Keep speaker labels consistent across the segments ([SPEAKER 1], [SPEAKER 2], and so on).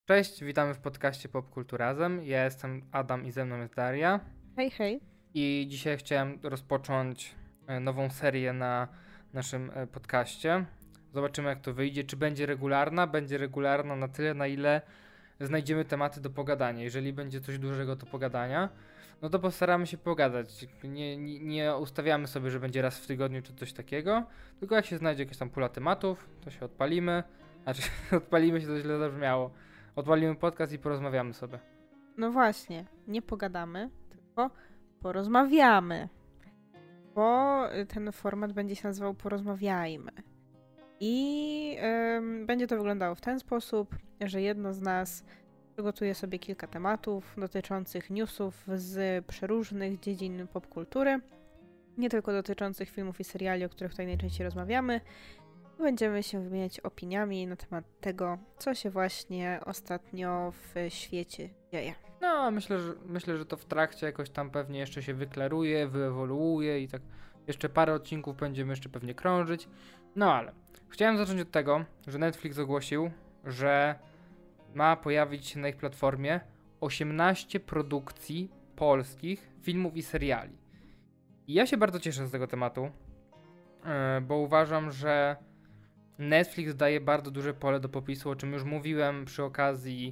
[SPEAKER 1] Cześć, witamy w podcaście Popkulturazem. Ja jestem Adam i ze mną jest Daria.
[SPEAKER 2] Hej, hej.
[SPEAKER 1] I dzisiaj chciałem rozpocząć nową serię na naszym podcaście. Zobaczymy, jak to wyjdzie. Czy będzie regularna? Będzie regularna na tyle, na ile znajdziemy tematy do pogadania. Jeżeli będzie coś dużego do pogadania, no to postaramy się pogadać. Nie ustawiamy sobie, że będzie raz w tygodniu czy coś takiego, tylko jak się znajdzie jakaś tam pula tematów, to się odpalimy. Znaczy, odpalimy się, to źle zabrzmiało. Odpalimy podcast i porozmawiamy sobie.
[SPEAKER 2] No właśnie, nie pogadamy, tylko porozmawiamy. Bo ten format będzie się nazywał Porozmawiajmy. I będzie to wyglądało w ten sposób, że jedno z nas przygotuje sobie kilka tematów dotyczących newsów z przeróżnych dziedzin popkultury. Nie tylko dotyczących filmów i seriali, o których tutaj najczęściej rozmawiamy. Będziemy się wymieniać opiniami na temat tego, co się właśnie ostatnio w świecie dzieje.
[SPEAKER 1] No, myślę, że to w trakcie jakoś tam pewnie jeszcze się wyklaruje, wyewoluuje i tak jeszcze parę odcinków będziemy jeszcze pewnie krążyć. No ale chciałem zacząć od tego, że Netflix ogłosił, że ma pojawić się na ich platformie 18 produkcji polskich filmów i seriali. I ja się bardzo cieszę z tego tematu, bo uważam, że Netflix daje bardzo duże pole do popisu, o czym już mówiłem przy okazji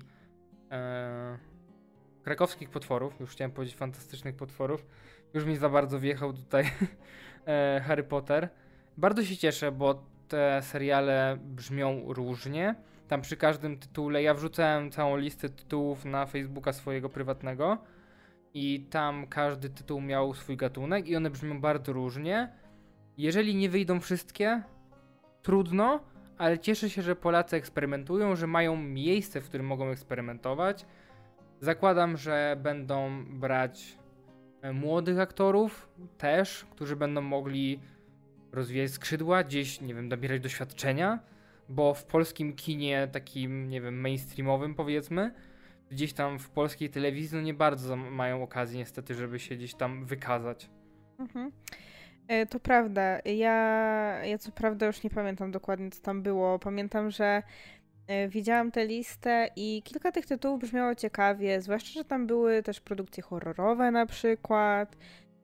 [SPEAKER 1] krakowskich potworów. Już chciałem powiedzieć fantastycznych potworów. Już mi za bardzo wjechał tutaj Harry Potter. Bardzo się cieszę, bo te seriale brzmią różnie. Tam przy każdym tytule, ja wrzucałem całą listę tytułów na Facebooka swojego prywatnego i tam każdy tytuł miał swój gatunek i one brzmią bardzo różnie. Jeżeli nie wyjdą wszystkie, trudno, ale cieszę się, że Polacy eksperymentują, że mają miejsce, w którym mogą eksperymentować. Zakładam, że będą brać młodych aktorów też, którzy będą mogli rozwijać skrzydła, gdzieś, nie wiem, nabierać doświadczenia, bo w polskim kinie takim, nie wiem, mainstreamowym powiedzmy, gdzieś tam w polskiej telewizji no nie bardzo mają okazji niestety, żeby się gdzieś tam wykazać.
[SPEAKER 2] Mhm. To prawda. Ja co prawda już nie pamiętam dokładnie, co tam było. Pamiętam, że widziałam tę listę i kilka tych tytułów brzmiało ciekawie, zwłaszcza, że tam były też produkcje horrorowe na przykład,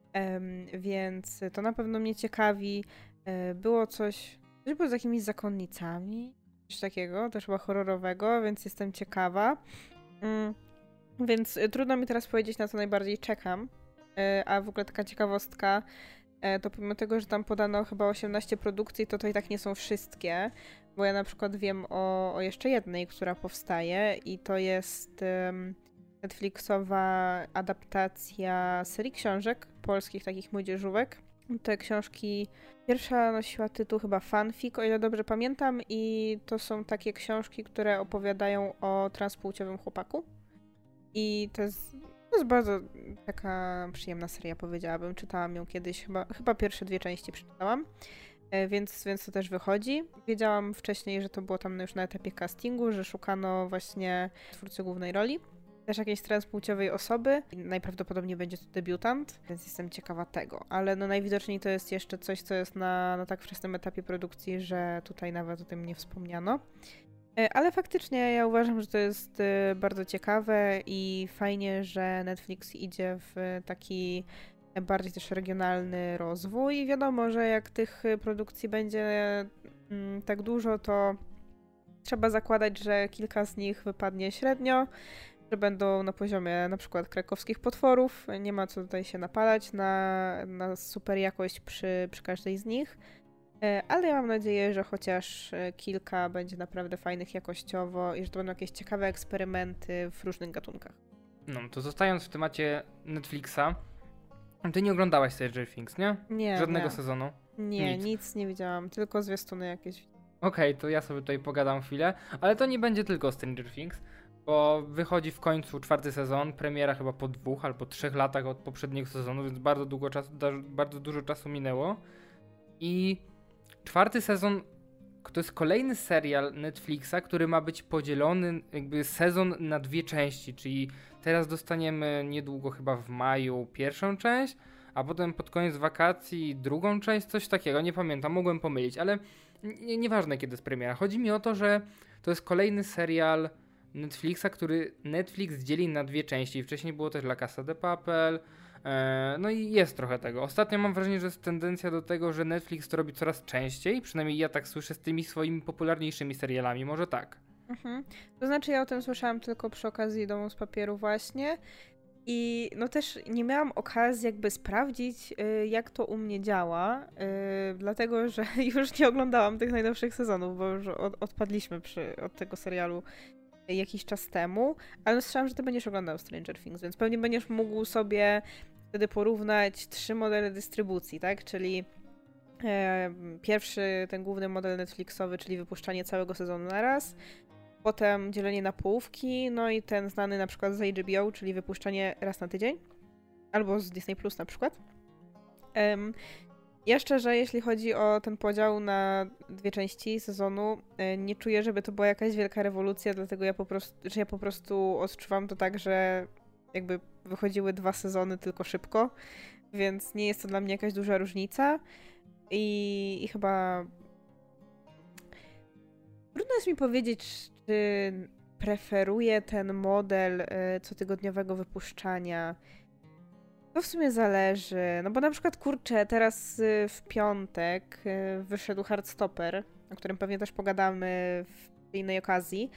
[SPEAKER 2] więc to na pewno mnie ciekawi. Było coś było z jakimiś zakonnicami, coś takiego, też chyba horrorowego, więc jestem ciekawa. Więc trudno mi teraz powiedzieć, na co najbardziej czekam. A w ogóle taka ciekawostka, to pomimo tego, że tam podano chyba 18 produkcji, to i tak nie są wszystkie, bo ja na przykład wiem o jeszcze jednej, która powstaje i to jest Netflixowa adaptacja serii książek polskich, takich młodzieżówek. Te książki, pierwsza nosiła tytuł chyba Fanfic, o ile dobrze pamiętam, i to są takie książki, które opowiadają o transpłciowym chłopaku. I to jest bardzo taka przyjemna seria, powiedziałabym. Czytałam ją kiedyś, chyba pierwsze 2 części przeczytałam, więc to też wychodzi. Wiedziałam wcześniej, że to było tam już na etapie castingu, że szukano właśnie twórcy głównej roli. Też jakiejś transpłciowej osoby. Najprawdopodobniej będzie to debiutant, więc jestem ciekawa tego. Ale no najwidoczniej to jest jeszcze coś, co jest na tak wczesnym etapie produkcji, że tutaj nawet o tym nie wspomniano. Ale faktycznie ja uważam, że to jest bardzo ciekawe i fajnie, że Netflix idzie w taki bardziej też regionalny rozwój. Wiadomo, że jak tych produkcji będzie tak dużo, to trzeba zakładać, że kilka z nich wypadnie średnio, że będą na poziomie na przykład krakowskich potworów. Nie ma co tutaj się napalać na super jakość przy każdej z nich. Ale ja mam nadzieję, że chociaż kilka będzie naprawdę fajnych jakościowo i że to będą jakieś ciekawe eksperymenty w różnych gatunkach.
[SPEAKER 1] No, to zostając w temacie Netflixa, ty nie oglądałaś Stranger Things, nie?
[SPEAKER 2] Nie.
[SPEAKER 1] Żadnego sezonu?
[SPEAKER 2] Nie, nic nie widziałam, tylko zwiastuny jakieś.
[SPEAKER 1] Okej, to ja sobie tutaj pogadam chwilę, ale to nie będzie tylko Stranger Things, bo wychodzi w końcu 4. sezon, premiera chyba po 2 albo 3 latach od poprzedniego sezonu, więc bardzo dużo czasu minęło. I 4. sezon to jest kolejny serial Netflixa, który ma być podzielony jakby sezon na 2 części, czyli teraz dostaniemy niedługo chyba w maju pierwszą część, a potem pod koniec wakacji drugą część, coś takiego, nie pamiętam, mogłem pomylić, ale nieważne kiedy jest premiera. Chodzi mi o to, że to jest kolejny serial Netflixa, który Netflix dzieli na dwie części. Wcześniej było też La Casa de Papel. No i jest trochę tego. Ostatnio mam wrażenie, że jest tendencja do tego, że Netflix to robi coraz częściej. Przynajmniej ja tak słyszę z tymi swoimi popularniejszymi serialami. Może tak.
[SPEAKER 2] To znaczy ja o tym słyszałam tylko przy okazji Domu z papieru właśnie. I no też nie miałam okazji jakby sprawdzić, jak to u mnie działa, dlatego, że już nie oglądałam tych najnowszych sezonów, bo już odpadliśmy od tego serialu jakiś czas temu, ale słyszałam, że ty będziesz oglądał Stranger Things, więc pewnie będziesz mógł sobie wtedy porównać 3 modele dystrybucji, tak? Czyli pierwszy, ten główny model Netflixowy, czyli wypuszczanie całego sezonu na raz, potem dzielenie na połówki, no i ten znany na przykład z HBO, czyli wypuszczanie raz na tydzień, albo z Disney Plus na przykład. Ja szczerze, jeśli chodzi o ten podział na dwie części sezonu, nie czuję, żeby to była jakaś wielka rewolucja, dlatego ja po prostu odczuwam to tak, że jakby wychodziły 2 sezony tylko szybko, więc nie jest to dla mnie jakaś duża różnica i chyba trudno jest mi powiedzieć, czy preferuję ten model cotygodniowego wypuszczania. To w sumie zależy, no bo na przykład kurczę, teraz w piątek wyszedł Heartstopper, o którym pewnie też pogadamy w innej okazji.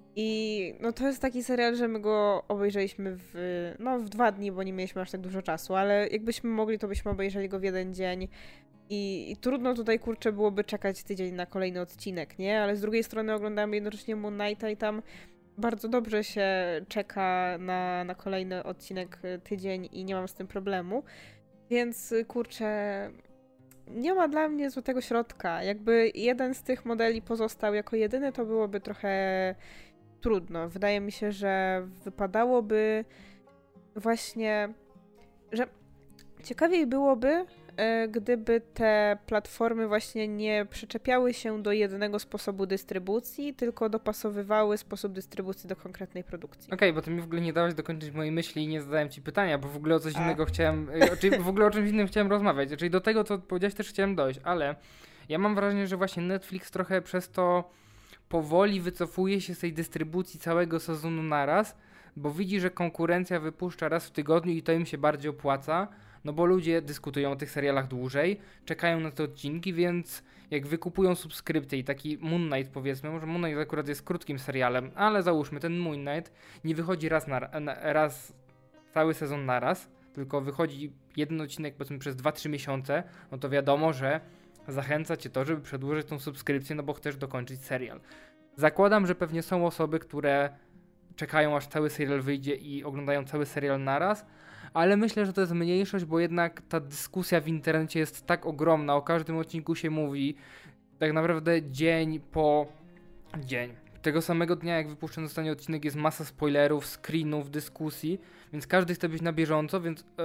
[SPEAKER 2] I no to jest taki serial, że my go obejrzeliśmy w 2 dni, bo nie mieliśmy aż tak dużo czasu, ale jakbyśmy mogli, to byśmy obejrzeli go w jeden dzień. I trudno tutaj, kurczę, byłoby czekać tydzień na kolejny odcinek, nie? Ale z drugiej strony oglądamy jednocześnie Moon Knighta i tam bardzo dobrze się czeka na kolejny odcinek tydzień i nie mam z tym problemu. Więc, kurczę, nie ma dla mnie złotego środka. Jakby jeden z tych modeli pozostał jako jedyny, to byłoby trochę trudno. Wydaje mi się, że wypadałoby właśnie, że ciekawiej byłoby, gdyby te platformy właśnie nie przyczepiały się do jednego sposobu dystrybucji, tylko dopasowywały sposób dystrybucji do konkretnej produkcji.
[SPEAKER 1] Okej, bo ty mi w ogóle nie dałeś dokończyć mojej myśli i nie zadałem ci pytania, bo w ogóle o coś innego chciałem, czyli w ogóle o czymś innym chciałem rozmawiać, czyli do tego, co powiedziałeś, też chciałem dojść, ale ja mam wrażenie, że właśnie Netflix trochę przez to powoli wycofuje się z tej dystrybucji całego sezonu naraz, bo widzi, że konkurencja wypuszcza raz w tygodniu i to im się bardziej opłaca, no bo ludzie dyskutują o tych serialach dłużej, czekają na te odcinki, więc jak wykupują subskrypcję i taki Moon Knight powiedzmy, może Moon Knight akurat jest krótkim serialem, ale załóżmy, ten Moon Knight nie wychodzi raz cały sezon naraz, tylko wychodzi jeden odcinek powiedzmy przez 2-3 miesiące, no to wiadomo, że zachęca cię to, żeby przedłużyć tą subskrypcję, no bo chcesz dokończyć serial. Zakładam, że pewnie są osoby, które czekają aż cały serial wyjdzie i oglądają cały serial naraz, ale myślę, że to jest mniejszość, bo jednak ta dyskusja w internecie jest tak ogromna, o każdym odcinku się mówi, tak naprawdę dzień po dzień. Tego samego dnia, jak wypuszczony zostanie odcinek, jest masa spoilerów, screenów, dyskusji, więc każdy chce być na bieżąco,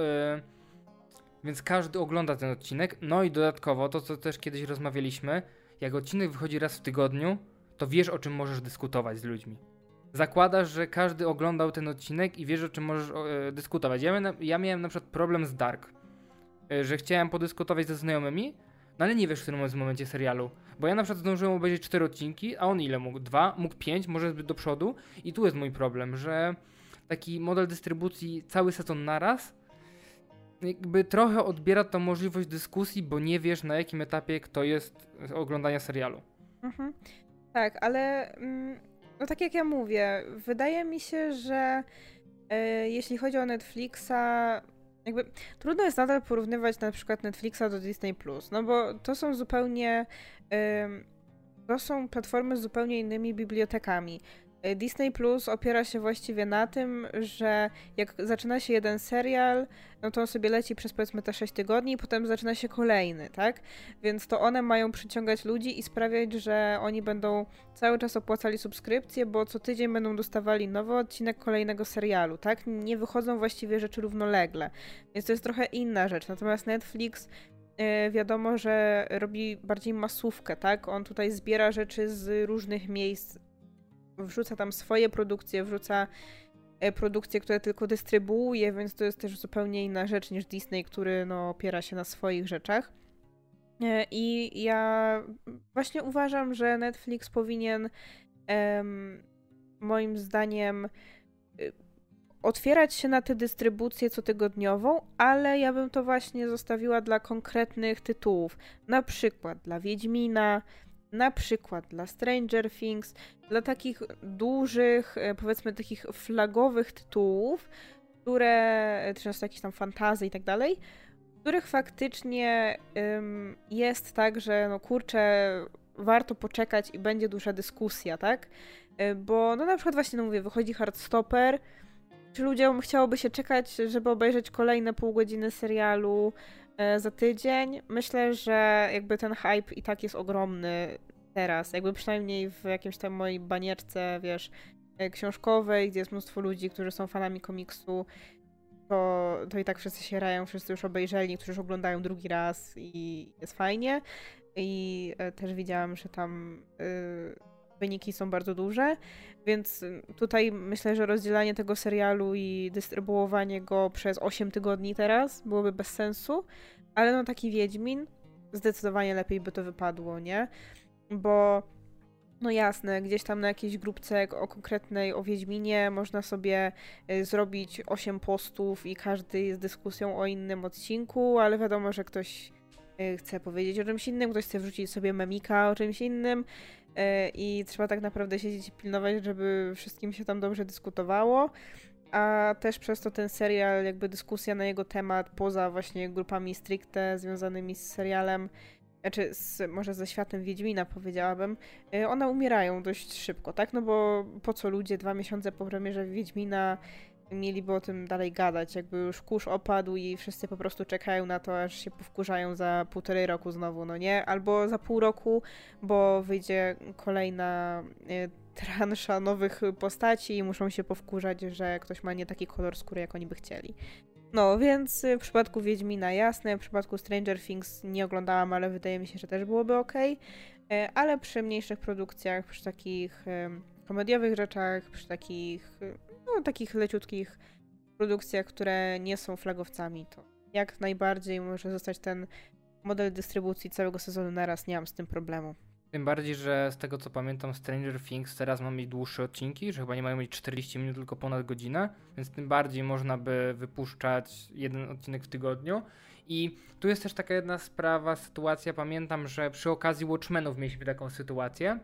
[SPEAKER 1] więc każdy ogląda ten odcinek. No i dodatkowo, to co też kiedyś rozmawialiśmy, jak odcinek wychodzi raz w tygodniu, to wiesz, o czym możesz dyskutować z ludźmi. Zakładasz, że każdy oglądał ten odcinek i wiesz, o czym możesz dyskutować. Ja miałem na przykład problem z Dark, że chciałem podyskutować ze znajomymi, no ale nie wiesz, w którym jest w momencie serialu. Bo ja na przykład zdążyłem obejrzeć 4 odcinki, a on ile mógł? 2, mógł 5, może zbyt do przodu. I tu jest mój problem, że taki model dystrybucji cały sezon naraz jakby trochę odbiera tą możliwość dyskusji, bo nie wiesz, na jakim etapie kto jest oglądania serialu.
[SPEAKER 2] Tak, ale no tak jak ja mówię, wydaje mi się, że jeśli chodzi o Netflixa, jakby trudno jest nadal porównywać na przykład Netflixa do Disney+, no bo to są zupełnie, to są platformy z zupełnie innymi bibliotekami. Disney Plus opiera się właściwie na tym, że jak zaczyna się jeden serial, no to on sobie leci przez powiedzmy te 6 tygodni i potem zaczyna się kolejny, tak? Więc to one mają przyciągać ludzi i sprawiać, że oni będą cały czas opłacali subskrypcję, bo co tydzień będą dostawali nowy odcinek kolejnego serialu, tak? Nie wychodzą właściwie rzeczy równolegle, więc to jest trochę inna rzecz. Natomiast Netflix wiadomo, że robi bardziej masówkę, tak? On tutaj zbiera rzeczy z różnych miejsc, wrzuca tam swoje produkcje, wrzuca produkcje, które tylko dystrybuuje, więc to jest też zupełnie inna rzecz niż Disney, który no, opiera się na swoich rzeczach. I ja właśnie uważam, że Netflix powinien moim zdaniem otwierać się na tę dystrybucję cotygodniową, ale ja bym to właśnie zostawiła dla konkretnych tytułów. Na przykład dla Wiedźmina, na przykład dla Stranger Things, dla takich dużych, powiedzmy takich flagowych tytułów, które, często jakieś tam fantasy i tak dalej, których faktycznie jest tak, że no kurczę, warto poczekać i będzie duża dyskusja, tak? Bo no na przykład właśnie, no mówię, wychodzi Heartstopper, czy ludziom chciałoby się czekać, żeby obejrzeć kolejne pół godziny serialu za tydzień? Myślę, że jakby ten hype i tak jest ogromny teraz, jakby przynajmniej w jakimś tam mojej banierce, wiesz, książkowej, gdzie jest mnóstwo ludzi, którzy są fanami komiksu, to i tak wszyscy się rają, wszyscy już obejrzeli, niektórzy już oglądają drugi raz i jest fajnie. I też widziałam, że tam wyniki są bardzo duże, więc tutaj myślę, że rozdzielanie tego serialu i dystrybuowanie go przez 8 tygodni teraz byłoby bez sensu, ale no taki Wiedźmin zdecydowanie lepiej by to wypadło, nie? Bo no jasne, gdzieś tam na jakiejś grupce o konkretnej, o Wiedźminie można sobie zrobić 8 postów i każdy jest dyskusją o innym odcinku, ale wiadomo, że ktoś chce powiedzieć o czymś innym, ktoś chce wrzucić sobie memika o czymś innym i trzeba tak naprawdę siedzieć i pilnować, żeby wszystkim się tam dobrze dyskutowało, a też przez to ten serial, jakby dyskusja na jego temat, poza właśnie grupami stricte związanymi z serialem, znaczy może ze światem Wiedźmina powiedziałabym, one umierają dość szybko, tak? No bo po co ludzie 2 miesiące po premierze Wiedźmina mieliby o tym dalej gadać, jakby już kurz opadł i wszyscy po prostu czekają na to, aż się powkurzają za 1,5 roku znowu, no nie? Albo za pół roku, bo wyjdzie kolejna transza nowych postaci i muszą się powkurzać, że ktoś ma nie taki kolor skóry, jak oni by chcieli. No, więc w przypadku Wiedźmina jasne, w przypadku Stranger Things nie oglądałam, ale wydaje mi się, że też byłoby okej. Ale przy mniejszych produkcjach, przy takich komediowych rzeczach, przy takich, no, takich leciutkich produkcjach, które nie są flagowcami, to jak najbardziej może zostać ten model dystrybucji całego sezonu naraz, nie mam z tym problemu.
[SPEAKER 1] Tym bardziej, że z tego co pamiętam, Stranger Things teraz ma mieć dłuższe odcinki, że chyba nie mają mieć 40 minut, tylko ponad godzinę, więc tym bardziej można by wypuszczać jeden odcinek w tygodniu. I tu jest też taka jedna sprawa, sytuacja, pamiętam, że przy okazji Watchmenów mieliśmy taką sytuację,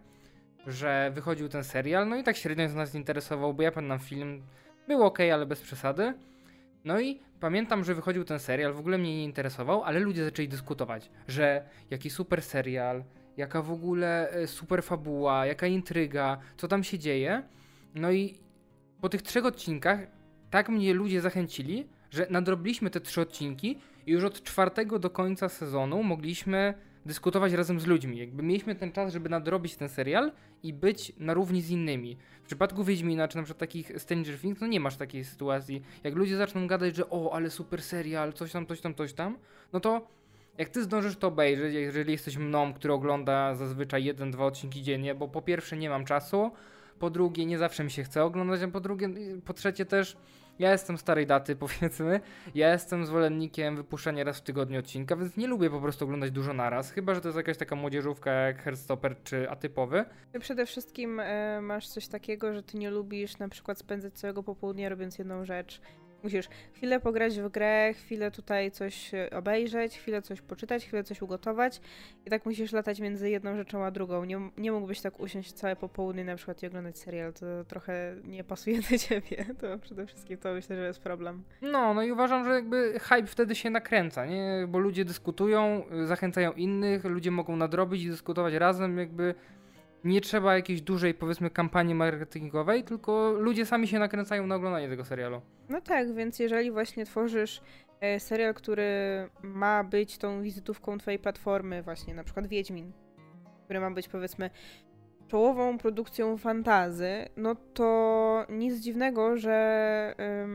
[SPEAKER 1] że wychodził ten serial, no i tak średnio nas interesował, bo ja pamiętam film, był okej, ale bez przesady. No i pamiętam, że wychodził ten serial, w ogóle mnie nie interesował, ale ludzie zaczęli dyskutować, że jaki super serial, jaka w ogóle super fabuła, jaka intryga, co tam się dzieje. No i po tych 3 odcinkach tak mnie ludzie zachęcili, że nadrobiliśmy te 3 odcinki i już od 4 do końca sezonu mogliśmy dyskutować razem z ludźmi. Jakby mieliśmy ten czas, żeby nadrobić ten serial i być na równi z innymi. W przypadku Wiedźmina, czy na przykład takich Stranger Things, no nie masz takiej sytuacji. Jak ludzie zaczną gadać, że o, ale super serial, coś tam, no to jak ty zdążysz to obejrzeć, jeżeli jesteś mną, który ogląda zazwyczaj 1-2 odcinki dziennie, bo po pierwsze nie mam czasu, po drugie nie zawsze mi się chce oglądać, a po trzecie też ja jestem starej daty, powiedzmy, ja jestem zwolennikiem wypuszczania raz w tygodniu odcinka, więc nie lubię po prostu oglądać dużo naraz, chyba że to jest jakaś taka młodzieżówka jak Heartstopper czy atypowy.
[SPEAKER 2] Ty przede wszystkim masz coś takiego, że ty nie lubisz na przykład spędzać całego popołudnia robiąc jedną rzecz. Musisz chwilę pograć w grę, chwilę tutaj coś obejrzeć, chwilę coś poczytać, chwilę coś ugotować i tak musisz latać między jedną rzeczą a drugą. Nie mógłbyś tak usiąść całe popołudnie na przykład i oglądać serial, to trochę nie pasuje do ciebie. To przede wszystkim to myślę, że jest problem.
[SPEAKER 1] No i uważam, że jakby hype wtedy się nakręca, nie? Bo ludzie dyskutują, zachęcają innych, ludzie mogą nadrobić i dyskutować razem, jakby nie trzeba jakiejś dużej, powiedzmy, kampanii marketingowej, tylko ludzie sami się nakręcają na oglądanie tego serialu.
[SPEAKER 2] No tak, więc jeżeli właśnie tworzysz serial, który ma być tą wizytówką twojej platformy, właśnie na przykład Wiedźmin, który ma być, powiedzmy, czołową produkcją fantasy, no to nic dziwnego, że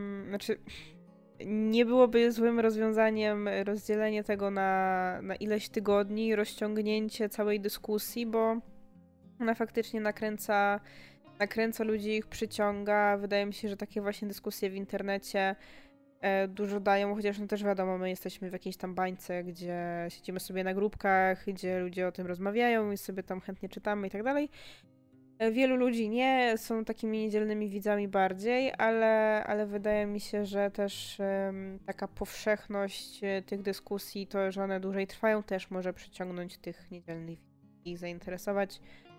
[SPEAKER 2] nie byłoby złym rozwiązaniem rozdzielenie tego na ileś tygodni, rozciągnięcie całej dyskusji, bo ona faktycznie nakręca ludzi, ich przyciąga. Wydaje mi się, że takie właśnie dyskusje w internecie dużo dają, chociaż no też wiadomo, my jesteśmy w jakiejś tam bańce, gdzie siedzimy sobie na grupkach, gdzie ludzie o tym rozmawiają i sobie tam chętnie czytamy i tak dalej. Wielu ludzi nie, są takimi niedzielnymi widzami bardziej, ale wydaje mi się, że też taka powszechność tych dyskusji, to, że one dłużej trwają, też może przyciągnąć tych niedzielnych widzów i ich zainteresować.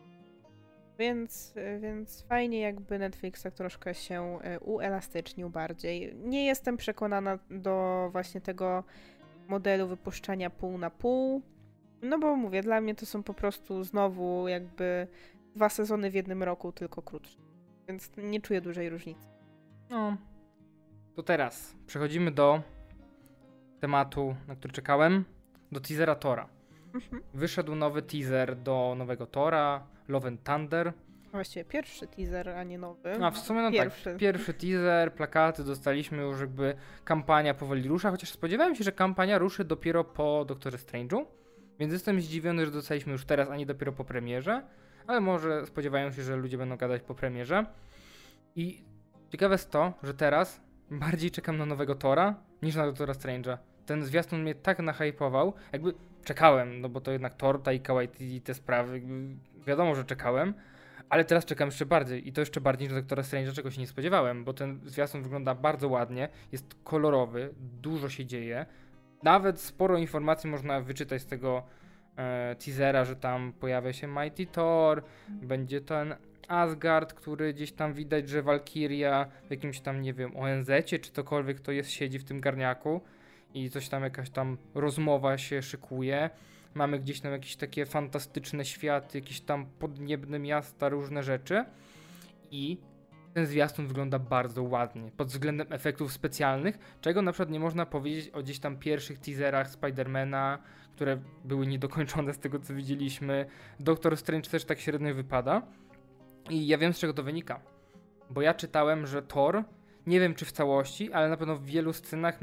[SPEAKER 2] Więc fajnie jakby Netflix tak troszkę się uelastycznił bardziej. Nie jestem przekonana do właśnie tego modelu wypuszczania pół na pół, no bo mówię, dla mnie to są po prostu znowu jakby 2 sezony w jednym roku, tylko krótsze. Więc nie czuję dużej różnicy.
[SPEAKER 1] No, to teraz przechodzimy do tematu, na który czekałem, do teasera Tora. Wyszedł nowy teaser do nowego Tora, Love and Thunder.
[SPEAKER 2] Właściwie pierwszy teaser, a nie nowy.
[SPEAKER 1] A w sumie no
[SPEAKER 2] pierwszy.
[SPEAKER 1] Tak, pierwszy teaser, plakaty dostaliśmy, już jakby kampania powoli rusza, chociaż spodziewałem się, że kampania ruszy dopiero po Doktorze Strange'u, więc jestem zdziwiony, że dostaliśmy już teraz, a nie dopiero po premierze, ale może spodziewają się, że ludzie będą gadać po premierze. I ciekawe jest to, że teraz bardziej czekam na nowego Tora niż na Doktora Strange'a. Ten zwiastun mnie tak nahypował, jakby czekałem, no bo to jednak Thor, Taika Waititi, te sprawy, jakby wiadomo, że czekałem, ale teraz czekam jeszcze bardziej i to jeszcze bardziej niż Doktora Strange'a, czego się nie spodziewałem, bo ten zwiastun wygląda bardzo ładnie, jest kolorowy, dużo się dzieje, nawet sporo informacji można wyczytać z tego teasera, że tam pojawia się Mighty Thor, będzie ten Asgard, który gdzieś tam widać, że Valkyria w jakimś tam, nie wiem, ONZ-cie czy cokolwiek to jest, siedzi w tym garniaku i coś tam, jakaś tam rozmowa się szykuje. Mamy gdzieś tam jakieś takie fantastyczne światy, jakieś tam podniebne miasta, różne rzeczy i ten zwiastun wygląda bardzo ładnie pod względem efektów specjalnych, czego na przykład nie można powiedzieć o gdzieś tam pierwszych teaserach Spidermana, które były niedokończone z tego co widzieliśmy. Doctor Strange też tak średnio wypada i ja wiem z czego to wynika, bo ja czytałem, że Thor, nie wiem czy w całości, ale na pewno w wielu scenach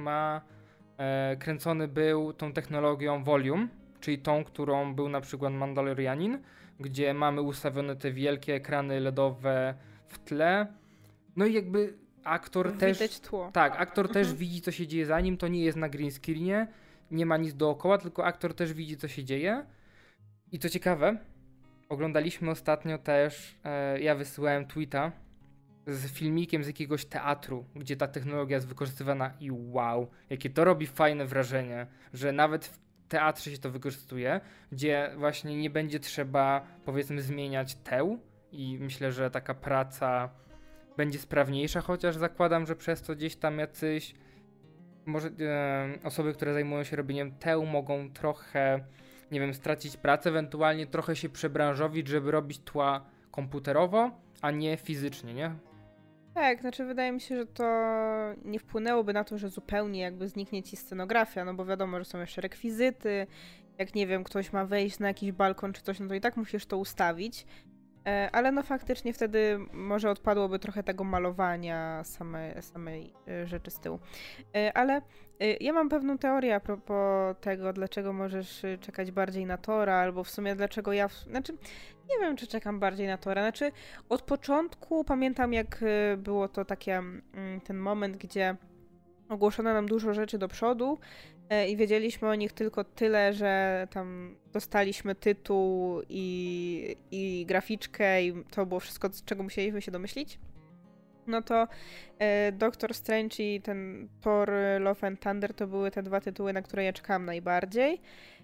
[SPEAKER 1] kręcony był tą technologią Volume, czyli tą, którą był na przykład Mandalorianin, gdzie mamy ustawione te wielkie ekrany LEDowe w tle. No i jakby aktor też...
[SPEAKER 2] Widać tło.
[SPEAKER 1] Tak, aktor też widzi, co się dzieje za nim. To nie jest na green screenie, nie ma nic dookoła, tylko aktor też widzi, co się dzieje. I co ciekawe, oglądaliśmy ostatnio też, ja wysyłałem tweeta z filmikiem z jakiegoś teatru, gdzie ta technologia jest wykorzystywana i wow, jakie to robi fajne wrażenie, że nawet w teatrze się to wykorzystuje, gdzie właśnie nie będzie trzeba, powiedzmy, zmieniać teł i myślę, że taka praca będzie sprawniejsza, chociaż zakładam, że przez to gdzieś tam jacyś może osoby, które zajmują się robieniem teł mogą trochę, nie wiem, stracić pracę, ewentualnie trochę się przebranżowić, żeby robić tła komputerowo, a nie fizycznie, nie?
[SPEAKER 2] Tak, znaczy wydaje mi się, że to nie wpłynęłoby na to, że zupełnie jakby zniknie ci scenografia, no bo wiadomo, że są jeszcze rekwizyty, jak nie wiem, ktoś ma wejść na jakiś balkon czy coś, no to i tak musisz to ustawić, ale no faktycznie wtedy może odpadłoby trochę tego malowania samej rzeczy z tyłu. Ale ja mam pewną teorię a propos tego, dlaczego możesz czekać bardziej na Tora, albo w sumie dlaczego znaczy nie wiem, czy czekam bardziej na Tora. Znaczy od początku pamiętam, jak było to ten moment, gdzie ogłoszono nam dużo rzeczy do przodu i wiedzieliśmy o nich tylko tyle, że tam dostaliśmy tytuł i graficzkę i to było wszystko, z czego musieliśmy się domyślić. No to Doctor Strange i ten Thor Love and Thunder to były te 2 tytuły, na które ja czekałam najbardziej.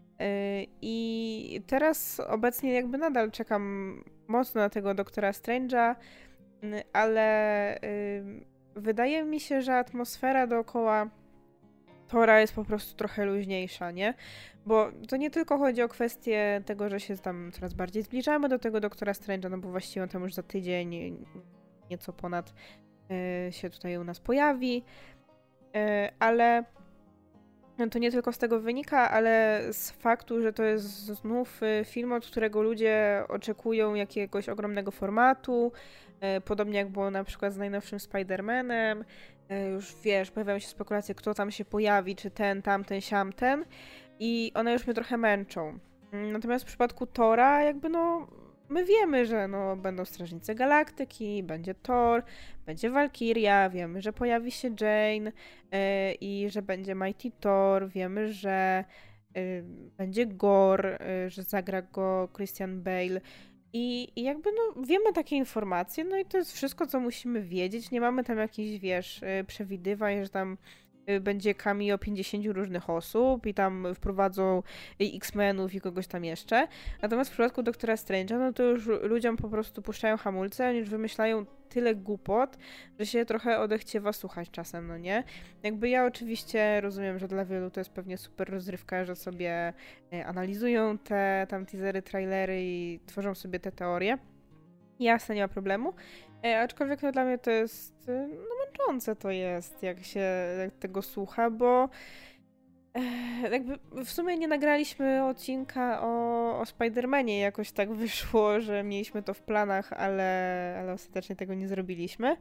[SPEAKER 2] I teraz obecnie jakby nadal czekam mocno na tego Doktora Strange'a, ale wydaje mi się, że atmosfera dookoła Thora jest po prostu trochę luźniejsza, nie? Bo to nie tylko chodzi o kwestię tego, że się tam coraz bardziej zbliżamy do tego Doktora Strange'a, no bo właściwie on tam już za tydzień, nieco ponad się tutaj u nas pojawi, ale to nie tylko z tego wynika, ale z faktu, że to jest znów film, od którego ludzie oczekują jakiegoś ogromnego formatu, podobnie jak było na przykład z najnowszym Spider-Manem. Już wiesz, pojawiają się spekulacje, kto tam się pojawi, czy ten, tamten, siamten i one już mnie trochę męczą. Natomiast w przypadku Thora jakby no my wiemy, że no będą Strażnicy Galaktyki, będzie Thor, będzie Valkyria, wiemy, że pojawi się Jane i że będzie Mighty Thor, wiemy, że będzie Gore, że zagra go Christian Bale I jakby no wiemy takie informacje, no i to jest wszystko, co musimy wiedzieć. Nie mamy tam jakichś, wiesz, przewidywań, że tam będzie cameo 50 różnych osób i tam wprowadzą X-Menów i kogoś tam jeszcze. Natomiast w przypadku Doktora Strange'a, no to już ludziom po prostu puszczają hamulce, oni już wymyślają tyle głupot, że się trochę odechciewa słuchać czasem, no nie? Jakby ja oczywiście rozumiem, że dla wielu to jest pewnie super rozrywka, że sobie analizują te tam teasery, trailery i tworzą sobie te teorie. Jasne, nie ma problemu. Aczkolwiek no, dla mnie to jest no, męczące to jest, jak się jak tego słucha, bo jakby w sumie nie nagraliśmy odcinka o Spider-Manie. Jakoś tak wyszło, że mieliśmy to w planach, ale ostatecznie tego nie zrobiliśmy.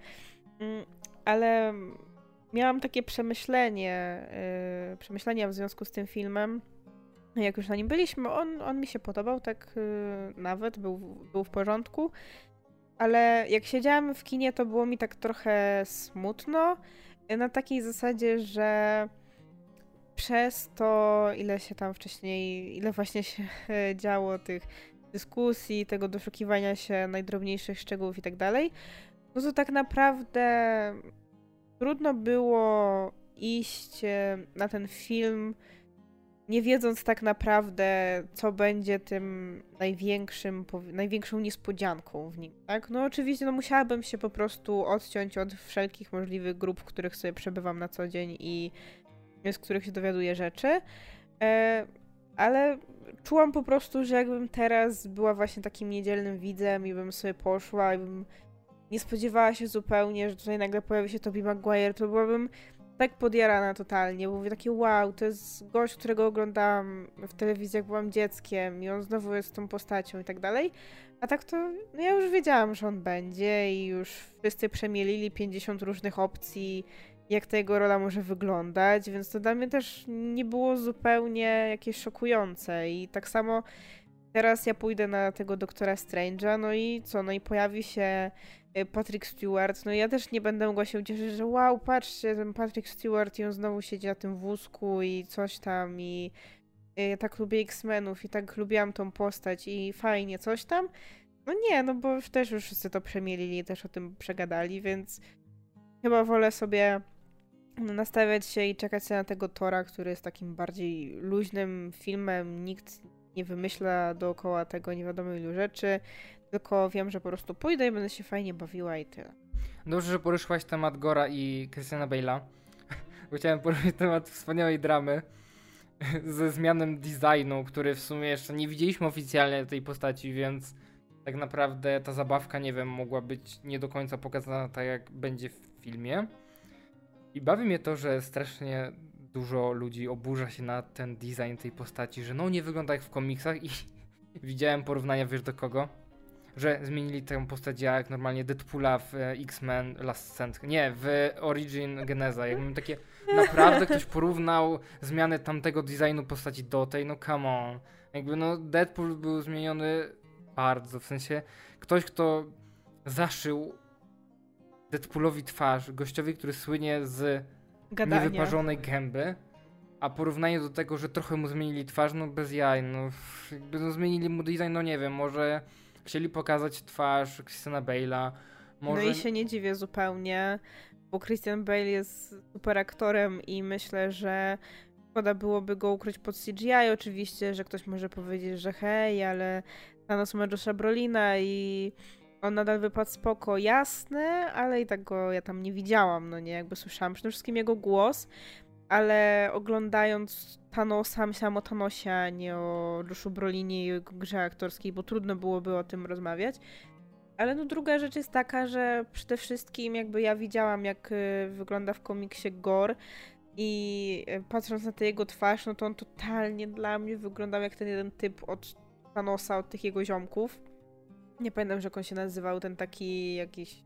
[SPEAKER 2] Ale miałam takie przemyślenia w związku z tym filmem. Jak już na nim byliśmy, on mi się podobał, tak nawet, był w porządku. Ale jak siedziałam w kinie, to było mi tak trochę smutno. Na takiej zasadzie, że przez to, ile właśnie się działo tych dyskusji, tego doszukiwania się najdrobniejszych szczegółów i tak dalej, no to tak naprawdę trudno było iść na ten film, nie wiedząc tak naprawdę, co będzie tym największą niespodzianką w nim, tak? No oczywiście, no musiałabym się po prostu odciąć od wszelkich możliwych grup, w których sobie przebywam na co dzień i z których się dowiaduję rzeczy, ale czułam po prostu, że jakbym teraz była właśnie takim niedzielnym widzem i bym sobie poszła i bym nie spodziewała się zupełnie, że tutaj nagle pojawi się Tobey Maguire, to byłabym tak podjarana totalnie, bo mówię takie wow, to jest gość, którego oglądałam w telewizji, jak byłam dzieckiem i on znowu jest tą postacią i tak dalej. A tak to no ja już wiedziałam, że on będzie i już wszyscy przemielili 50 różnych opcji, jak ta jego rola może wyglądać, więc to dla mnie też nie było zupełnie jakieś szokujące. I tak samo teraz ja pójdę na tego Doktora Strange'a, no i co, no i pojawi się Patrick Stewart, no ja też nie będę mogła się ucieszyć, że wow, patrzcie, ten Patrick Stewart i on znowu siedzi na tym wózku i coś tam i ja tak lubię X-Menów i tak lubiłam tą postać i fajnie, coś tam. No nie, no bo też już wszyscy to przemielili, też o tym przegadali, więc chyba wolę sobie nastawiać się i czekać na tego Tora, który jest takim bardziej luźnym filmem, nikt nie wymyśla dookoła tego nie wiadomo ilu rzeczy, tylko wiem, że po prostu pójdę i będę się fajnie bawiła i tyle.
[SPEAKER 1] Dobrze, że poruszyłaś temat Gora i Christiana Bale'a, bo chciałem poruszyć temat wspaniałej dramy ze zmianą designu, który w sumie jeszcze nie widzieliśmy oficjalnie tej postaci, więc tak naprawdę ta zabawka, nie wiem, mogła być nie do końca pokazana tak, jak będzie w filmie. I bawi mnie to, że strasznie dużo ludzi oburza się na ten design tej postaci, że no nie wygląda jak w komiksach i widziałem porównania, wiesz do kogo? Że zmienili tę postać jak normalnie Deadpoola w X-Men Last Stand. Nie, w Origin Geneza. Jakbym takie naprawdę ktoś porównał zmianę tamtego designu postaci do tej, no come on. Jakby no Deadpool był zmieniony bardzo, w sensie ktoś, kto zaszył Deadpoolowi twarz, gościowi, który słynie z
[SPEAKER 2] Gadania.
[SPEAKER 1] Niewyparzonej gęby, a porównanie do tego, że trochę mu zmienili twarz, no bez jaj, no jakby no zmienili mu design, no nie wiem, może chcieli pokazać twarz Christiana Bale'a, może...
[SPEAKER 2] No i się nie dziwię zupełnie, bo Christian Bale jest super aktorem i myślę, że szkoda byłoby go ukryć pod CGI. Oczywiście, że ktoś może powiedzieć, że hej, ale Thanos ma Josha Brolina i on nadal wypadł spoko, jasne, ale i tak go ja tam nie widziałam, no nie, jakby słyszałam przede wszystkim jego głos, ale oglądając Thanosa, myślałam o Thanosie, a nie o Joshu Brolinie i jego grze aktorskiej, bo trudno byłoby o tym rozmawiać. Ale no druga rzecz jest taka, że przede wszystkim jakby ja widziałam, jak wygląda w komiksie Gore i patrząc na tę jego twarz, no to on totalnie dla mnie wyglądał jak ten jeden typ od Thanosa, od tych jego ziomków. Nie pamiętam, jak on się nazywał, ten taki jakiś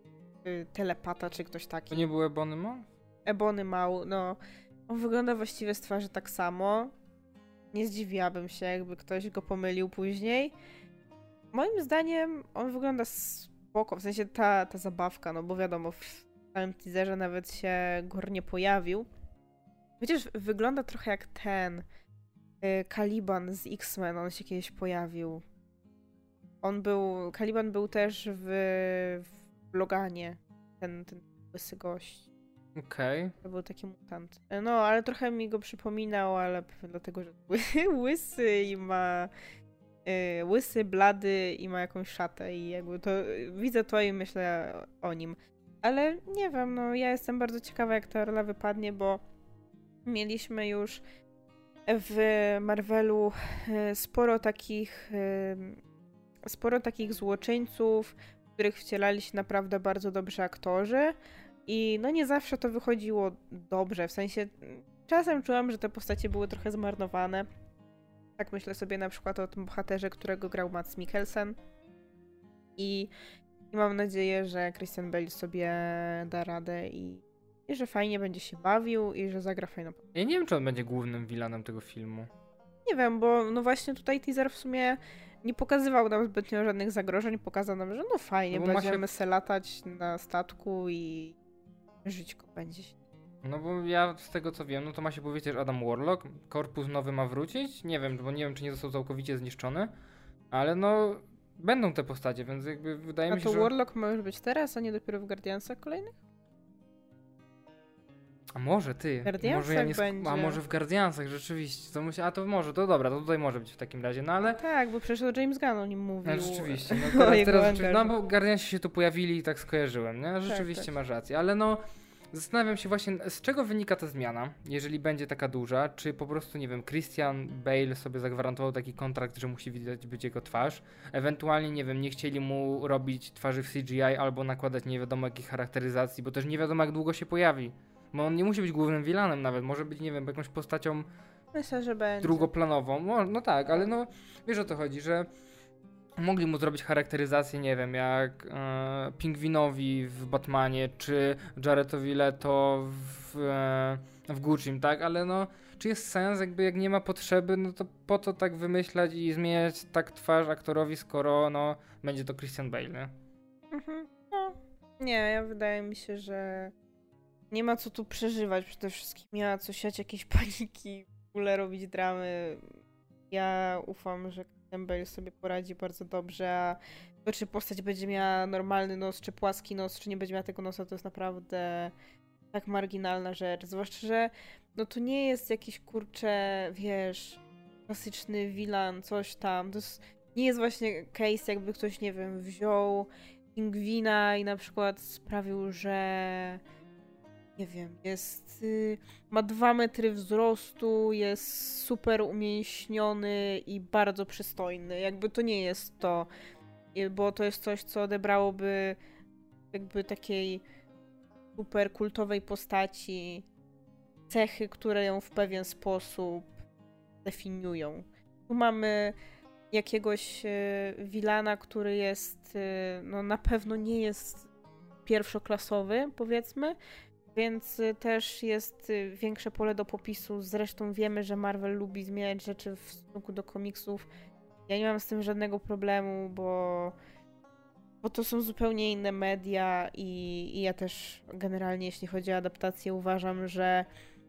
[SPEAKER 2] telepata czy ktoś taki.
[SPEAKER 1] To nie był Ebony Maw?
[SPEAKER 2] Ebony Maw, no. On wygląda właściwie z twarzy tak samo. Nie zdziwiłabym się, jakby ktoś go pomylił później. Moim zdaniem on wygląda spoko, w sensie ta zabawka, no bo wiadomo, w całym teaserze nawet się Gore nie pojawił. Chociaż wygląda trochę jak ten Caliban z X-Men, on się kiedyś pojawił. Caliban był też w Loganie, ten łysy gość.
[SPEAKER 1] Okej.
[SPEAKER 2] To był taki mutant. No, ale trochę mi go przypominał, ale pewnie dlatego, że łysy i ma łysy, blady i ma jakąś szatę i jakby to widzę to i myślę o nim. Ale nie wiem, no ja jestem bardzo ciekawa, jak ta rola wypadnie, bo mieliśmy już w Marvelu sporo takich złoczyńców, których wcielali się naprawdę bardzo dobrzy aktorzy i no nie zawsze to wychodziło dobrze, w sensie czasem czułam, że te postacie były trochę zmarnowane. Tak myślę sobie na przykład o tym bohaterze, którego grał Mads Mikkelsen i mam nadzieję, że Christian Bale sobie da radę i że fajnie będzie się bawił i że zagra fajną.
[SPEAKER 1] Ja nie wiem, czy on będzie głównym vilanem tego filmu.
[SPEAKER 2] Nie wiem, bo no właśnie tutaj teaser w sumie nie pokazywał nam zbytnio żadnych zagrożeń, pokazał nam, że no fajnie,
[SPEAKER 1] No
[SPEAKER 2] będziemy se latać na statku i żyćko będzie się.
[SPEAKER 1] No bo ja z tego co wiem, no to ma się powiedzieć, że Adam Warlock, korpus nowy ma wrócić, nie wiem, bo nie wiem, czy nie został całkowicie zniszczony, ale no będą te postacie, więc jakby wydaje mi się,
[SPEAKER 2] że...
[SPEAKER 1] że...
[SPEAKER 2] A to Warlock ma już być teraz, a nie dopiero w Guardiansach kolejnych?
[SPEAKER 1] A może ty? Może ja nie
[SPEAKER 2] będzie.
[SPEAKER 1] A może w Guardiansach rzeczywiście. A to może, to dobra, to tutaj może być w takim razie, no ale...
[SPEAKER 2] Tak, bo przecież James Gunn o nim mówił.
[SPEAKER 1] No, rzeczywiście, no teraz no bo Guardiansi się tu pojawili i tak skojarzyłem, nie? Rzeczywiście tak. Masz rację, ale no zastanawiam się właśnie, z czego wynika ta zmiana, jeżeli będzie taka duża, czy po prostu, nie wiem, Christian Bale sobie zagwarantował taki kontrakt, że musi widać być jego twarz, ewentualnie, nie wiem, nie chcieli mu robić twarzy w CGI albo nakładać nie wiadomo jakich charakteryzacji, bo też nie wiadomo jak długo się pojawi. Bo on nie musi być głównym vilanem nawet, może być, nie wiem, jakąś postacią
[SPEAKER 2] myślę, że będzie
[SPEAKER 1] drugoplanową. No tak, ale no wiesz o to chodzi, że mogli mu zrobić charakteryzację, nie wiem, jak Pingwinowi w Batmanie, czy Jaretowi Leto w Guccim, tak? Ale no, czy jest sens, jakby jak nie ma potrzeby, no to po to tak wymyślać i zmieniać tak twarz aktorowi, skoro no, będzie to Christian Bale, nie?
[SPEAKER 2] Mhm. No, nie, wydaje mi się, że nie ma co tu przeżywać przede wszystkim. Nie ma co siać jakieś paniki, w ogóle robić dramy. Ja ufam, że Christian Bale sobie poradzi bardzo dobrze, a to, czy postać będzie miała normalny nos, czy płaski nos, czy nie będzie miała tego nosa, to jest naprawdę tak marginalna rzecz. Zwłaszcza, że no to nie jest jakiś, kurczę, wiesz, klasyczny villain, coś tam. To nie jest właśnie case, jakby ktoś, nie wiem, wziął pingwina i na przykład sprawił, że nie wiem, ma 2 metry wzrostu, jest super umięśniony i bardzo przystojny. Jakby to nie jest to, bo to jest coś, co odebrałoby jakby takiej super kultowej postaci cechy, które ją w pewien sposób definiują. Tu mamy jakiegoś wilana, który jest, no na pewno nie jest pierwszoklasowy, powiedzmy, więc też jest większe pole do popisu. Zresztą wiemy, że Marvel lubi zmieniać rzeczy w stosunku do komiksów. Ja nie mam z tym żadnego problemu, bo to są zupełnie inne media i ja też generalnie, jeśli chodzi o adaptację, uważam, że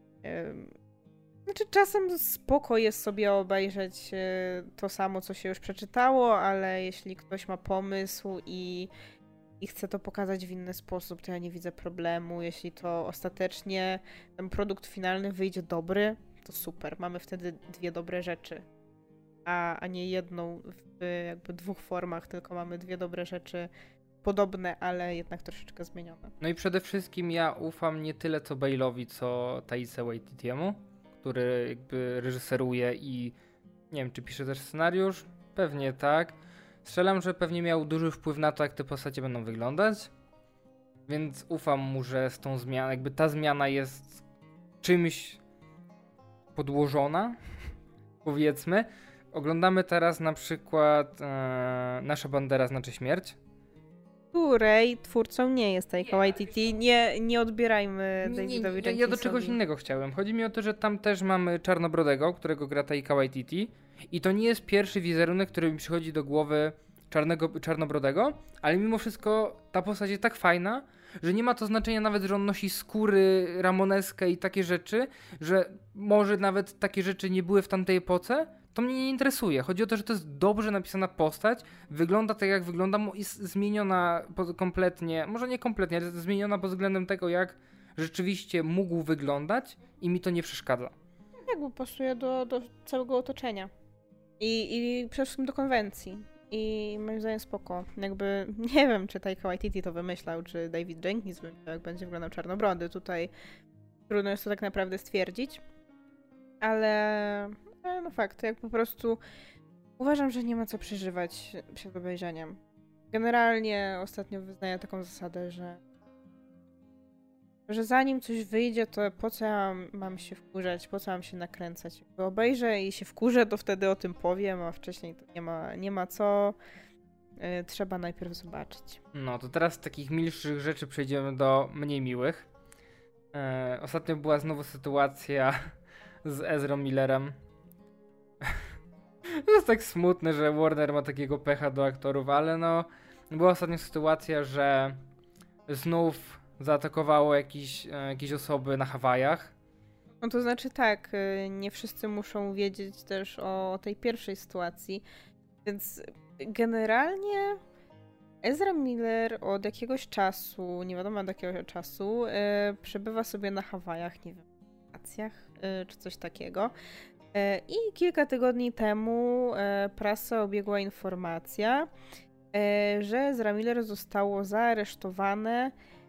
[SPEAKER 2] znaczy czasem spoko jest sobie obejrzeć to samo, co się już przeczytało, ale jeśli ktoś ma pomysł i chce to pokazać w inny sposób, to ja nie widzę problemu. Jeśli to ostatecznie ten produkt finalny wyjdzie dobry, to super. Mamy wtedy 2 dobre rzeczy, a nie jedną w jakby 2 formach, tylko mamy 2 dobre rzeczy podobne, ale jednak troszeczkę zmienione.
[SPEAKER 1] No i przede wszystkim ja ufam nie tyle co Bale'owi, co Taika Waititiemu, który jakby reżyseruje i nie wiem, czy pisze też scenariusz? Pewnie tak. Strzelam, że pewnie miał duży wpływ na to, jak te postacie będą wyglądać, więc ufam mu, że z tą zmianą, jakby ta zmiana jest czymś podłożona, powiedzmy. Oglądamy teraz na przykład Nasza bandera znaczy śmierć,
[SPEAKER 2] której twórcą nie jest Taika Waititi. Nie odbierajmy Davidowi Jenkinsowi.
[SPEAKER 1] Ja do czegoś innego chciałem. Chodzi mi o to, że tam też mamy Czarnobrodego, którego gra Taika Waititi i to nie jest pierwszy wizerunek, który mi przychodzi do głowy Czarnobrodego, ale mimo wszystko ta postać jest tak fajna, że nie ma to znaczenia nawet, że on nosi skóry ramoneskę i takie rzeczy, że może nawet takie rzeczy nie były w tamtej epoce, to mnie nie interesuje. Chodzi o to, że to jest dobrze napisana postać, wygląda tak jak wygląda, jest zmieniona kompletnie, może nie kompletnie, ale zmieniona pod względem tego, jak rzeczywiście mógł wyglądać i mi to nie przeszkadza.
[SPEAKER 2] Jakby pasuje do całego otoczenia. I przede wszystkim do konwencji. I moim zdaniem spoko. Jakby nie wiem, czy Taika Waititi to wymyślał, czy David Jenkins wymyślał, jak będzie wyglądał Czarnobrody. Tutaj trudno jest to tak naprawdę stwierdzić. Ale no fakt, jak po prostu uważam, że nie ma co przeżywać przed obejrzeniem. Generalnie ostatnio wyznaję taką zasadę, że zanim coś wyjdzie, to po co ja mam się wkurzać, po co mam się nakręcać. Jakby obejrzę i się wkurzę, to wtedy o tym powiem, a wcześniej to nie ma co. Trzeba najpierw zobaczyć.
[SPEAKER 1] No to teraz z takich milszych rzeczy przejdziemy do mniej miłych. Ostatnio była znowu sytuacja z Ezrą Millerem. To jest tak smutne, że Warner ma takiego pecha do aktorów, ale no była ostatnio sytuacja, że znów zaatakowało jakieś osoby na Hawajach.
[SPEAKER 2] No to znaczy tak, nie wszyscy muszą wiedzieć też o tej pierwszej sytuacji, więc generalnie Ezra Miller od jakiegoś czasu, nie wiadomo od jakiego czasu, przebywa sobie na Hawajach, nie wiem, w wakacjach czy coś takiego. I kilka tygodni temu prasę obiegła informacja, że Ezra Miller zostało zaaresztowane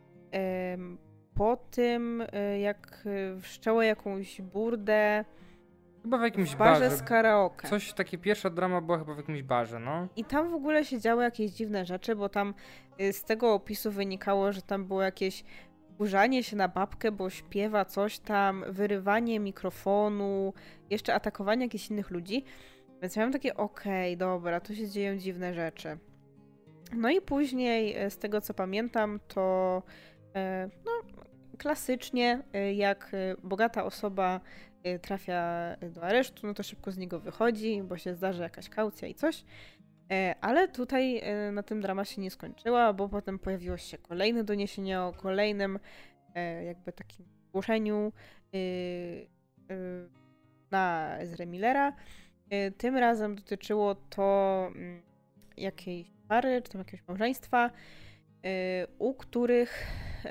[SPEAKER 2] po tym, jak wszczęło jakąś burdę
[SPEAKER 1] Chyba w jakimś
[SPEAKER 2] barze z karaoke.
[SPEAKER 1] Coś, takie pierwsza drama była chyba w jakimś barze, no.
[SPEAKER 2] I tam w ogóle się działy jakieś dziwne rzeczy, bo tam z tego opisu wynikało, że tam było jakieś wkurzanie się na babkę, bo śpiewa coś tam, wyrywanie mikrofonu, jeszcze atakowanie jakichś innych ludzi. Więc miałam takie, okej, dobra, tu się dzieją dziwne rzeczy. No i później, z tego co pamiętam, to no, klasycznie, jak bogata osoba trafia do aresztu, no to szybko z niego wychodzi, bo się zdarzy jakaś kaucja i coś. Ale tutaj na tym drama się nie skończyła, bo potem pojawiło się kolejne doniesienie o kolejnym jakby takim zgłoszeniu na Ezrę Millera. Tym razem dotyczyło to jakiejś pary, czy tam jakiegoś małżeństwa, u których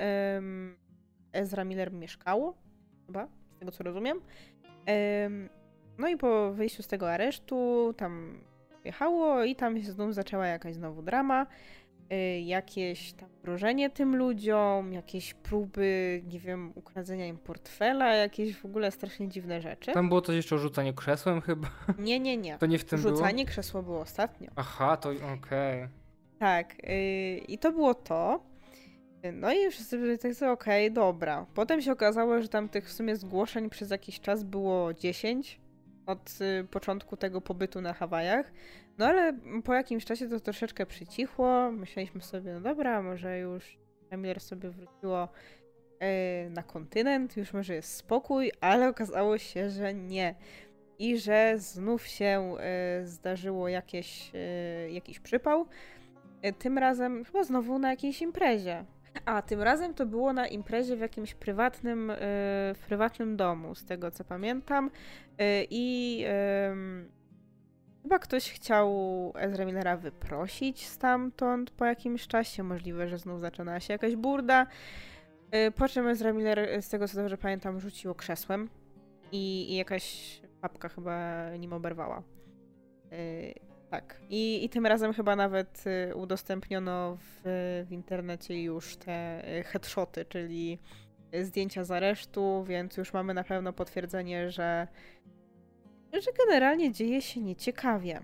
[SPEAKER 2] Ezra Miller mieszkało, chyba, z tego co rozumiem. No i po wyjściu z tego aresztu tam jechało i tam się znów zaczęła jakaś znowu drama, jakieś tam grożenie tym ludziom, jakieś próby, nie wiem, ukradzenia im portfela, jakieś w ogóle strasznie dziwne rzeczy.
[SPEAKER 1] Tam było coś jeszcze o rzucaniu krzesłem chyba?
[SPEAKER 2] Nie.
[SPEAKER 1] To nie w tym
[SPEAKER 2] Rzucanie
[SPEAKER 1] było?
[SPEAKER 2] krzesła było ostatnio.
[SPEAKER 1] Aha, to okej.
[SPEAKER 2] Tak, i to było to. No i wszyscy byli tak, okej, dobra. Potem się okazało, że tam tych w sumie zgłoszeń przez jakiś czas było 10 od początku tego pobytu na Hawajach. No ale po jakimś czasie to troszeczkę przycichło. Myśleliśmy sobie, no dobra, może już Miller sobie wróciło na kontynent, już może jest spokój, ale okazało się, że nie. I że znów się zdarzyło jakiś przypał. Tym razem chyba znowu na jakiejś imprezie. A, tym razem to było na imprezie w jakimś prywatnym domu, z tego co pamiętam. I chyba ktoś chciał Ezra Millera wyprosić stamtąd po jakimś czasie. Możliwe, że znów zaczynała się jakaś burda. Po czym Ezra Miller, z tego co dobrze pamiętam, rzuciło krzesłem i jakaś babka chyba nim oberwała. Tak. I tym razem chyba nawet udostępniono w internecie już te headshoty, czyli zdjęcia z aresztu, więc już mamy na pewno potwierdzenie, że generalnie dzieje się nieciekawie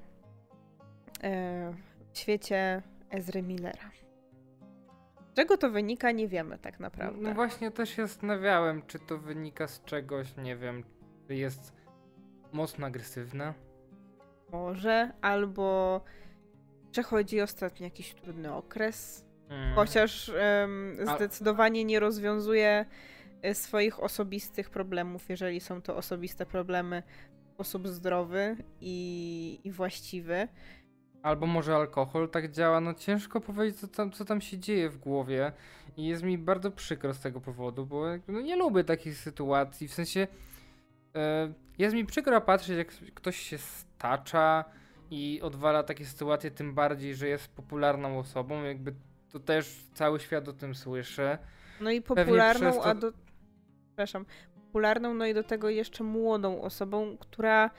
[SPEAKER 2] w świecie Ezry Millera. Z czego to wynika, nie wiemy tak naprawdę.
[SPEAKER 1] No właśnie też się zastanawiałem, czy to wynika z czegoś, nie wiem, czy jest mocno agresywne.
[SPEAKER 2] Może, albo przechodzi ostatnio jakiś trudny okres, chociaż zdecydowanie nie rozwiązuje swoich osobistych problemów, jeżeli są to osobiste problemy w sposób zdrowy i właściwy.
[SPEAKER 1] Albo może alkohol tak działa, no ciężko powiedzieć, co tam się dzieje w głowie i jest mi bardzo przykro z tego powodu, bo no, nie lubię takich sytuacji, w sensie jest mi przykro patrzeć, jak ktoś się otacza i odwala takie sytuacje, tym bardziej, że jest popularną osobą, jakby to też cały świat o tym słyszy.
[SPEAKER 2] No i
[SPEAKER 1] Pewnie
[SPEAKER 2] popularną,
[SPEAKER 1] przez to...
[SPEAKER 2] Przepraszam. Popularną, no i do tego jeszcze młodą osobą, która...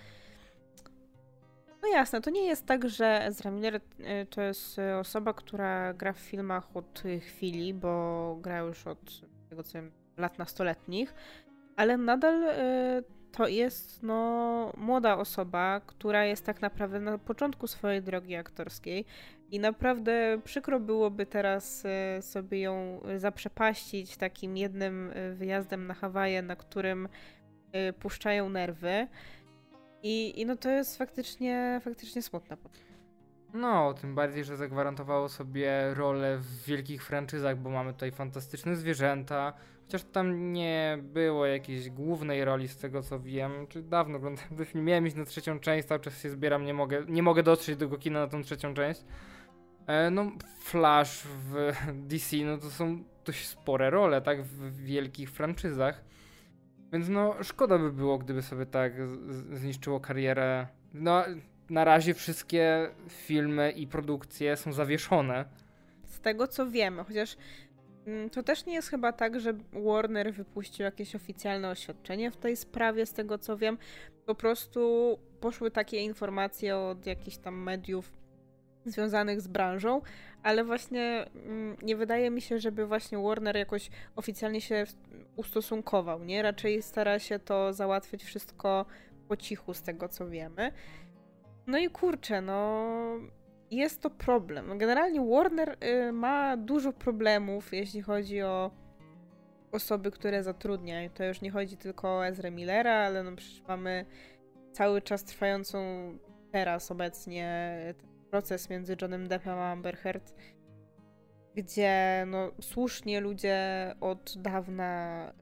[SPEAKER 2] No jasne, to nie jest tak, że Ezra Miller to jest osoba, która gra w filmach od chwili, bo gra już od tego co wiem, lat nastoletnich, ale nadal to jest no, młoda osoba, która jest tak naprawdę na początku swojej drogi aktorskiej i naprawdę przykro byłoby teraz sobie ją zaprzepaścić takim jednym wyjazdem na Hawaje, na którym puszczają nerwy. I no to jest faktycznie smutne.
[SPEAKER 1] No, tym bardziej, że zagwarantowało sobie rolę w wielkich franczyzach, bo mamy tutaj Fantastyczne Zwierzęta, chociaż tam nie było jakiejś głównej roli z tego co wiem, czy dawno oglądałem ten film, miałem iść na trzecią część, cały czas się zbieram, nie mogę dotrzeć do tego kina na tą trzecią część. No, Flash w DC, no to są dość spore role, tak, w wielkich franczyzach. Więc no, szkoda by było, gdyby sobie tak zniszczyło karierę. No, na razie wszystkie filmy i produkcje są zawieszone.
[SPEAKER 2] Z tego co wiemy, chociaż to też nie jest chyba tak, że Warner wypuścił jakieś oficjalne oświadczenie w tej sprawie, z tego co wiem. Po prostu poszły takie informacje od jakichś tam mediów związanych z branżą, ale właśnie nie wydaje mi się, żeby właśnie Warner jakoś oficjalnie się ustosunkował, nie? Raczej stara się to załatwić wszystko po cichu, z tego co wiemy. No i kurczę, no jest to problem. Generalnie Warner ma dużo problemów, jeśli chodzi o osoby, które zatrudnia. I to już nie chodzi tylko o Ezra Millera, ale no przecież mamy cały czas trwającą teraz obecnie proces między Johnnym Deppem a Amber Heard, gdzie no słusznie ludzie od dawna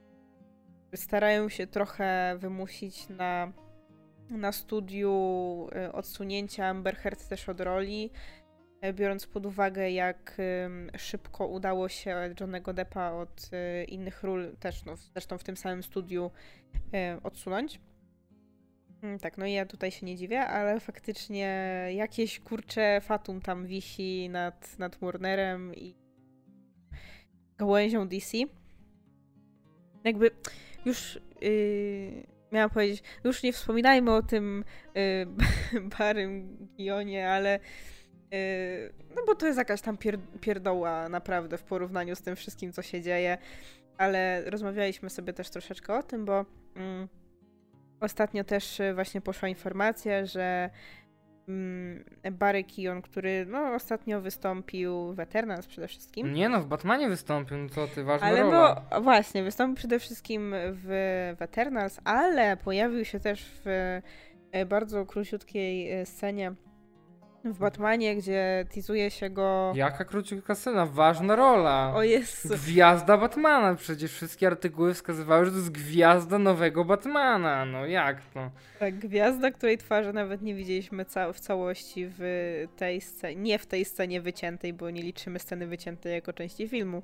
[SPEAKER 2] starają się trochę wymusić na studiu odsunięcia Amber Heard też od roli, biorąc pod uwagę, jak szybko udało się Johnnego Deppa od innych ról, też no, zresztą w tym samym studiu, odsunąć. Tak, no i ja tutaj się nie dziwię, ale faktycznie jakieś kurcze fatum tam wisi nad Warnerem i gałęzią DC. Jakby już miałam powiedzieć, już nie wspominajmy o tym Barrym Guionie, ale no bo to jest jakaś tam pierdoła naprawdę w porównaniu z tym wszystkim, co się dzieje, ale rozmawialiśmy sobie też troszeczkę o tym, bo ostatnio też właśnie poszła informacja, że Barry Keoghan, który no ostatnio wystąpił w Eternals przede wszystkim.
[SPEAKER 1] Nie no, w Batmanie wystąpił, no co ty, ważna
[SPEAKER 2] ale
[SPEAKER 1] rola.
[SPEAKER 2] no właśnie, wystąpił przede wszystkim w Eternals, ale pojawił się też w bardzo króciutkiej scenie w Batmanie, gdzie teasuje się go...
[SPEAKER 1] Jaka króciutka scena, ważna rola.
[SPEAKER 2] O Jezu.
[SPEAKER 1] Gwiazda Batmana, przecież wszystkie artykuły wskazywały, że to jest gwiazda nowego Batmana, no jak to?
[SPEAKER 2] Tak, gwiazda, której twarzy nawet nie widzieliśmy w całości w tej scenie, nie w tej scenie wyciętej, bo nie liczymy sceny wyciętej jako części filmu.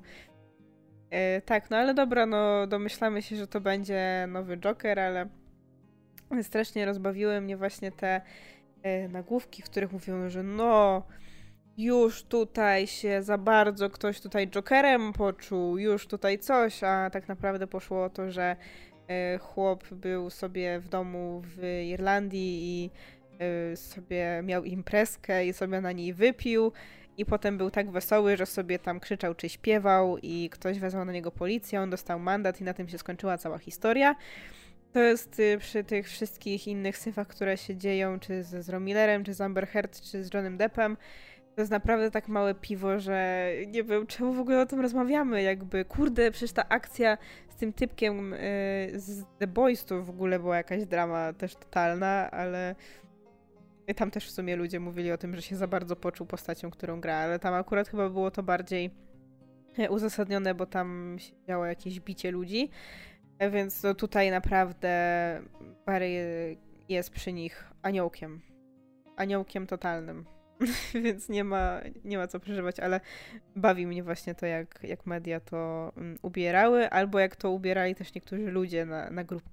[SPEAKER 2] Tak, no ale dobra, no domyślamy się, że to będzie nowy Joker, ale strasznie rozbawiły mnie właśnie te nagłówki, w których mówiono, że no już tutaj się za bardzo ktoś tutaj Jokerem poczuł, już tutaj coś, a tak naprawdę poszło o to, że chłop był sobie w domu w Irlandii i sobie miał imprezkę i sobie na niej wypił i potem był tak wesoły, że sobie tam krzyczał czy śpiewał i ktoś wezwał na niego policję, on dostał mandat i na tym się skończyła cała historia. To jest przy tych wszystkich innych syfach, które się dzieją, czy ze Ezrą Millerem, czy z Amber Heard, czy z Johnnym Deppem. To jest naprawdę tak małe piwo, że nie wiem, czemu w ogóle o tym rozmawiamy. Jakby, kurde, przecież ta akcja z tym typkiem z The Boys to w ogóle była jakaś drama też totalna, ale tam też w sumie ludzie mówili o tym, że się za bardzo poczuł postacią, którą gra, ale tam akurat chyba było to bardziej uzasadnione, bo tam się działo jakieś bicie ludzi. Więc no tutaj naprawdę Barry jest przy nich aniołkiem. Aniołkiem totalnym. Więc nie ma co przeżywać, ale bawi mnie właśnie to, jak media to ubierały, albo jak to ubierali też niektórzy ludzie na grupkach. Jak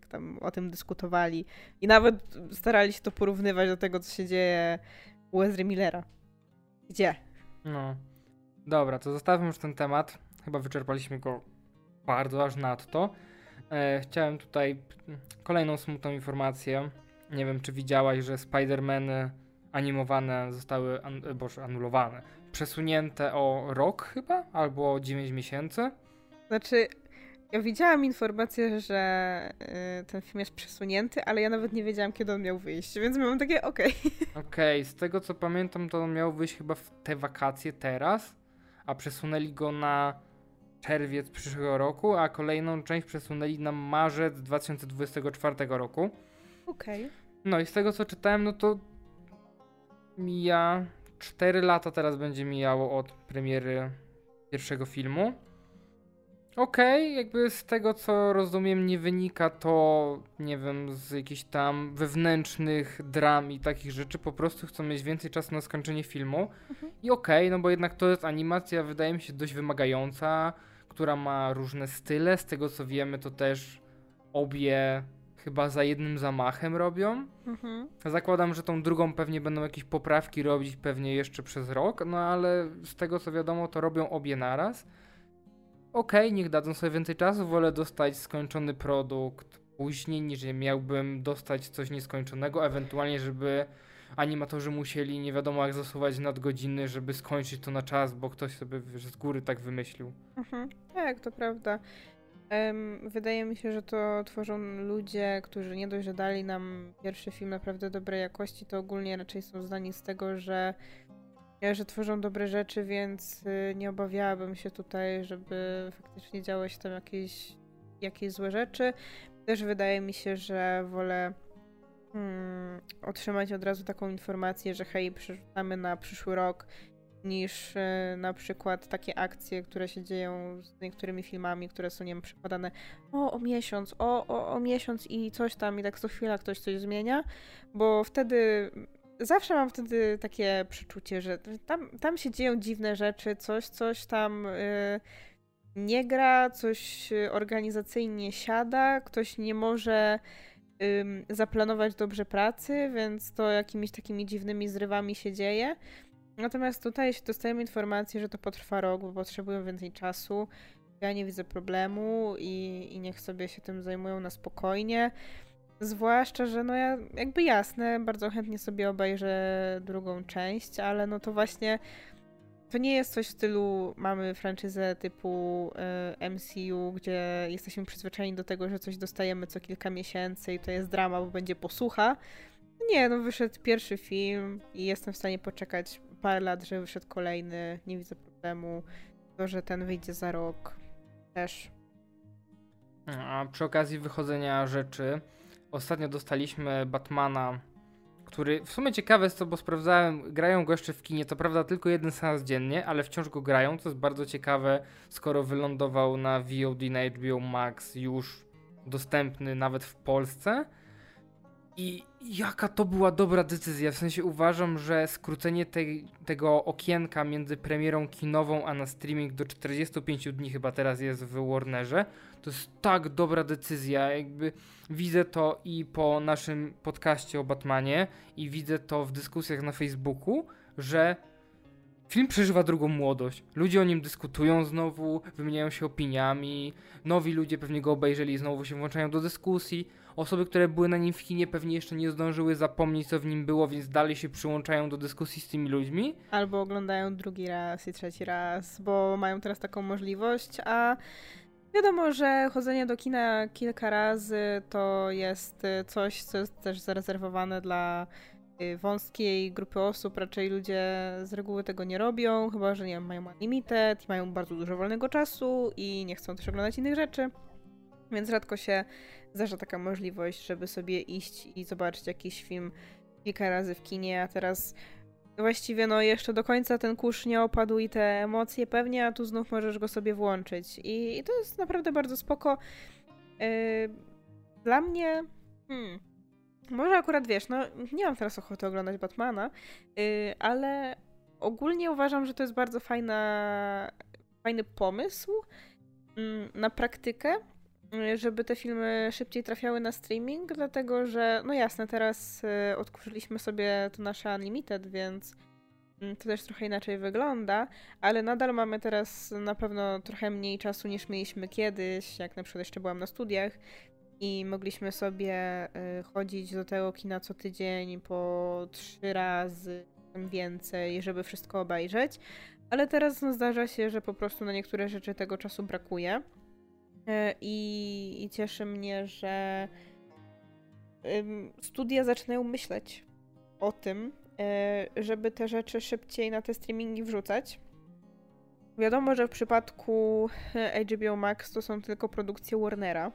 [SPEAKER 2] jak tam o tym dyskutowali. I nawet starali się to porównywać do tego, co się dzieje u Ezry Millera. Gdzie?
[SPEAKER 1] No. Dobra, to zostawmy już ten temat. Chyba wyczerpaliśmy go bardzo aż nadto. Chciałem tutaj kolejną smutną informację. Nie wiem, czy widziałaś, że Spider-Many animowane zostały anulowane. Przesunięte o rok chyba? Albo o 9 miesięcy?
[SPEAKER 2] Znaczy, ja widziałam informację, że ten film jest przesunięty, ale ja nawet nie wiedziałam, kiedy on miał wyjść, więc miałam takie okej.
[SPEAKER 1] Okej, z tego co pamiętam, to on miał wyjść chyba w te wakacje teraz, a przesunęli go na czerwiec przyszłego roku, a kolejną część przesunęli na marzec 2024 roku.
[SPEAKER 2] Okej.
[SPEAKER 1] No i z tego co czytałem, no to mija 4 lata teraz będzie mijało od premiery pierwszego filmu. Okej, jakby z tego co rozumiem nie wynika to, nie wiem, z jakichś tam wewnętrznych dram i takich rzeczy, po prostu chcą mieć więcej czasu na skończenie filmu. I no bo jednak to jest animacja, wydaje mi się, dość wymagająca, która ma różne style, z tego co wiemy to też obie chyba za jednym zamachem robią. Zakładam, że tą drugą pewnie będą jakieś poprawki robić pewnie jeszcze przez rok, no ale z tego co wiadomo to robią obie naraz. Niech dadzą sobie więcej czasu, wolę dostać skończony produkt później, niż miałbym dostać coś nieskończonego, ewentualnie żeby animatorzy musieli nie wiadomo jak zasuwać nadgodziny, żeby skończyć to na czas, bo ktoś sobie z góry tak wymyślił.
[SPEAKER 2] Tak, to prawda. Wydaje mi się, że to tworzą ludzie, którzy nie dość, że dali nam pierwszy film naprawdę dobrej jakości, to ogólnie raczej są znani z tego, że tworzą dobre rzeczy, więc nie obawiałabym się tutaj, żeby faktycznie działy się tam jakieś złe rzeczy. Też wydaje mi się, że wolę otrzymać od razu taką informację, że hej, przerzucamy na przyszły rok, niż na przykład takie akcje, które się dzieją z niektórymi filmami, które są, nie wiem, przekładane o miesiąc, o miesiąc i coś tam i tak co chwila ktoś coś zmienia, bo wtedy zawsze mam wtedy takie przeczucie, że tam się dzieją dziwne rzeczy, coś tam nie gra, coś organizacyjnie siada, ktoś nie może zaplanować dobrze pracy, więc to jakimiś takimi dziwnymi zrywami się dzieje. Natomiast tutaj, jeśli dostajemy informację, że to potrwa rok, bo potrzebują więcej czasu, ja nie widzę problemu i niech sobie się tym zajmują na spokojnie. Zwłaszcza, że no ja jakby jasne, bardzo chętnie sobie obejrzę drugą część, ale no to właśnie to nie jest coś w stylu mamy franczyzę typu MCU, gdzie jesteśmy przyzwyczajeni do tego, że coś dostajemy co kilka miesięcy i to jest drama, bo będzie posłucha. Nie, no wyszedł pierwszy film i jestem w stanie poczekać parę lat, że wyszedł kolejny, nie widzę problemu. To, że ten wyjdzie za rok też.
[SPEAKER 1] A przy okazji wychodzenia rzeczy, ostatnio dostaliśmy Batmana, który w sumie ciekawe jest to, bo sprawdzałem, grają go jeszcze w kinie, to prawda tylko jeden seans dziennie, ale wciąż go grają, co jest bardzo ciekawe, skoro wylądował na VOD, na HBO Max, już dostępny nawet w Polsce. I jaka to była dobra decyzja, w sensie uważam, że skrócenie tego okienka między premierą kinową a na streaming do 45 dni chyba teraz jest w Warnerze, to jest tak dobra decyzja, jakby widzę to i po naszym podcaście o Batmanie i widzę to w dyskusjach na Facebooku, że film przeżywa drugą młodość. Ludzie o nim dyskutują znowu, wymieniają się opiniami, nowi ludzie pewnie go obejrzeli i znowu się włączają do dyskusji. Osoby, które były na nim w kinie pewnie jeszcze nie zdążyły zapomnieć co w nim było, więc dalej się przyłączają do dyskusji z tymi ludźmi.
[SPEAKER 2] Albo oglądają drugi raz i trzeci raz, bo mają teraz taką możliwość, a wiadomo, że chodzenie do kina kilka razy to jest coś, co jest też zarezerwowane dla wąskiej grupy osób. Raczej ludzie z reguły tego nie robią, chyba że nie wiem, mają unlimited i mają bardzo dużo wolnego czasu i nie chcą też oglądać innych rzeczy. Więc rzadko się zdarza taka możliwość, żeby sobie iść i zobaczyć jakiś film kilka razy w kinie, a teraz właściwie no jeszcze do końca ten kurz nie opadł i te emocje pewnie, a tu znów możesz go sobie włączyć. I to jest naprawdę bardzo spoko. Dla mnie może akurat wiesz, no nie mam teraz ochoty oglądać Batmana, ale ogólnie uważam, że to jest bardzo fajny pomysł na praktykę. żeby te filmy szybciej trafiały na streaming, dlatego że, no jasne, teraz odkurzyliśmy sobie to nasze Unlimited, więc to też trochę inaczej wygląda, ale nadal mamy teraz na pewno trochę mniej czasu niż mieliśmy kiedyś, jak na przykład jeszcze byłam na studiach i mogliśmy sobie chodzić do tego kina co tydzień po 3 razy więcej, żeby wszystko obejrzeć, ale teraz no, zdarza się, że po prostu na niektóre rzeczy tego czasu brakuje. I cieszy mnie, że studia zaczynają myśleć o tym, żeby te rzeczy szybciej na te streamingi wrzucać. Wiadomo, że w przypadku HBO Max to są tylko produkcje Warnera,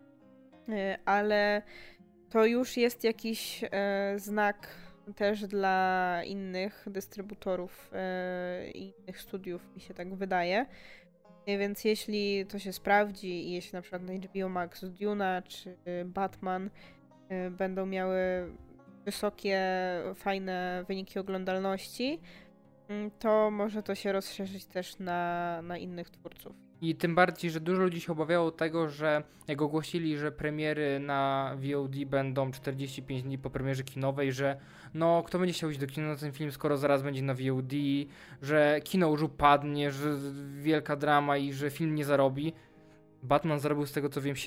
[SPEAKER 2] ale to już jest jakiś znak też dla innych dystrybutorów i innych studiów, mi się tak wydaje. Więc jeśli to się sprawdzi i jeśli na przykład na HBO Max Duna czy Batman będą miały wysokie, fajne wyniki oglądalności, to może to się rozszerzyć też na innych twórców.
[SPEAKER 1] I tym bardziej, że dużo ludzi się obawiało tego, że jak ogłosili, że premiery na VOD będą 45 dni po premierze kinowej, że no kto będzie chciał iść do kina na ten film, skoro zaraz będzie na VOD, że kino już upadnie, że wielka drama i że film nie zarobi. Batman zarobił z tego co wiem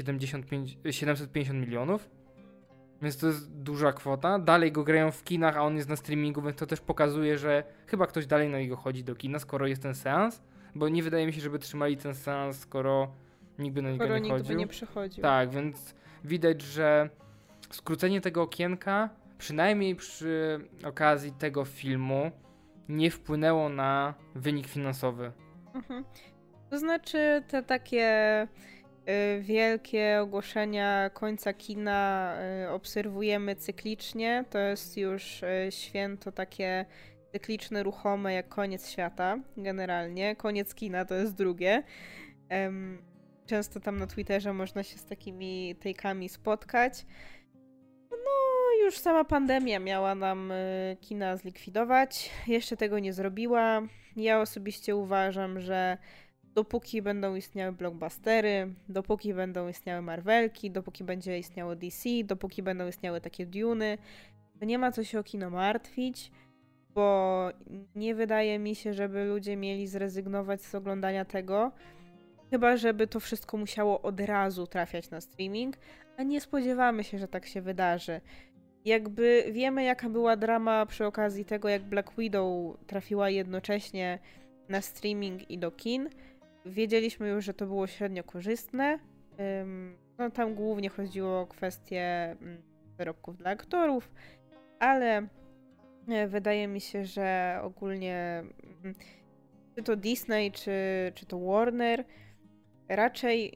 [SPEAKER 1] 750 milionów, więc to jest duża kwota. Dalej go grają w kinach, a on jest na streamingu, więc to też pokazuje, że chyba ktoś dalej na niego chodzi do kina, skoro jest ten seans. Bo nie wydaje mi się, żeby trzymali ten seans, skoro nikt by na niego nie chodził.
[SPEAKER 2] By nie przychodził.
[SPEAKER 1] Tak, więc widać, że skrócenie tego okienka, przynajmniej przy okazji tego filmu, nie wpłynęło na wynik finansowy.
[SPEAKER 2] To znaczy te takie wielkie ogłoszenia końca kina obserwujemy cyklicznie. To jest już święto takie cykliczne, ruchome jak koniec świata generalnie. Koniec kina to jest drugie. Często tam na Twitterze można się z takimi take'ami spotkać. No już sama pandemia miała nam kina zlikwidować. Jeszcze tego nie zrobiła. Ja osobiście uważam, że dopóki będą istniały blockbustery, dopóki będą istniały Marvelki, dopóki będzie istniało DC, dopóki będą istniały takie Duny, to nie ma co się o kino martwić, bo nie wydaje mi się, żeby ludzie mieli zrezygnować z oglądania tego, chyba żeby to wszystko musiało od razu trafiać na streaming, a nie spodziewamy się, że tak się wydarzy. Jakby wiemy, jaka była drama przy okazji tego, jak Black Widow trafiła jednocześnie na streaming i do kin. Wiedzieliśmy już, że to było średnio korzystne. No tam głównie chodziło o kwestie zarobków dla aktorów, ale wydaje mi się, że ogólnie czy to Disney, czy to Warner raczej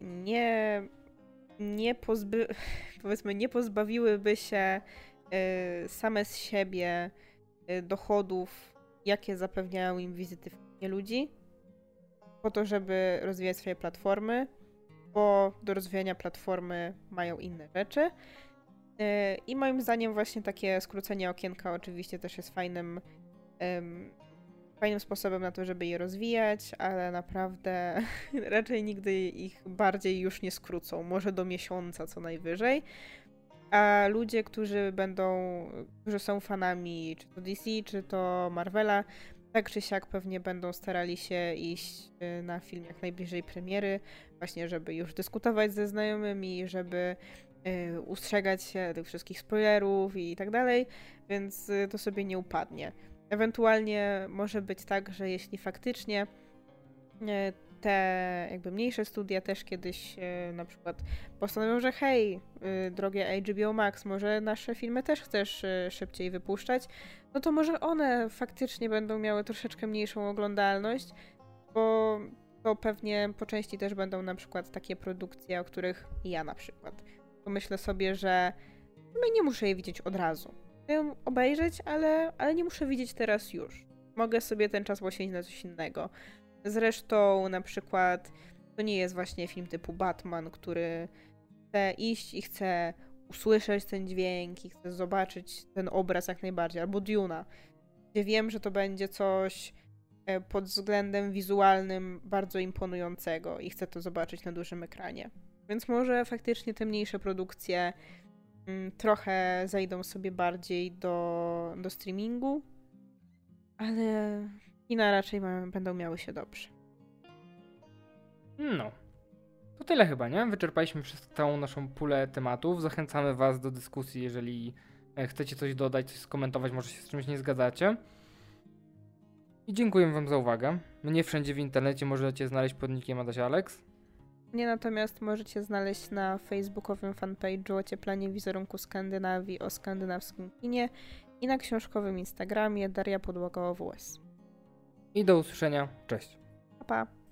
[SPEAKER 2] nie pozbawiłyby się same z siebie dochodów, jakie zapewniają im wizyty w kinie ludzi, po to, żeby rozwijać swoje platformy, bo do rozwijania platformy mają inne rzeczy. I moim zdaniem właśnie takie skrócenie okienka oczywiście też jest fajnym sposobem na to, żeby je rozwijać, ale naprawdę raczej nigdy ich bardziej już nie skrócą. Może do miesiąca co najwyżej. A ludzie, którzy są fanami czy to DC, czy to Marvela, tak czy siak pewnie będą starali się iść na film jak najbliżej premiery, właśnie żeby już dyskutować ze znajomymi, żeby ustrzegać się tych wszystkich spoilerów i tak dalej, więc to sobie nie upadnie. Ewentualnie może być tak, że jeśli faktycznie te jakby mniejsze studia też kiedyś na przykład postanowią, że hej, drogie HBO Max, może nasze filmy też chcesz szybciej wypuszczać, no to może one faktycznie będą miały troszeczkę mniejszą oglądalność, bo to pewnie po części też będą na przykład takie produkcje, o których ja na przykład pomyślę sobie, że nie muszę je widzieć od razu. Chcę ją obejrzeć, ale nie muszę widzieć teraz już. Mogę sobie ten czas poświęcić na coś innego. Zresztą na przykład to nie jest właśnie film typu Batman, który chce iść i chce usłyszeć ten dźwięk i chce zobaczyć ten obraz jak najbardziej. Albo Duna, gdzie wiem, że to będzie coś pod względem wizualnym bardzo imponującego i chcę to zobaczyć na dużym ekranie. Więc może faktycznie te mniejsze produkcje trochę zajdą sobie bardziej do streamingu, ale kina raczej będą miały się dobrze.
[SPEAKER 1] No. To tyle chyba, nie? Wyczerpaliśmy przez całą naszą pulę tematów. Zachęcamy was do dyskusji, jeżeli chcecie coś dodać, coś skomentować, może się z czymś nie zgadzacie. I dziękuję wam za uwagę. Mnie wszędzie w internecie możecie znaleźć pod nickiem AdaśAlex.
[SPEAKER 2] Mnie natomiast możecie znaleźć na facebookowym fanpage'u Ocieplanie wizerunku Skandynawii o skandynawskim kinie i na książkowym Instagramie Daria Podłoga OWS.
[SPEAKER 1] I do usłyszenia. Cześć.
[SPEAKER 2] Pa, pa.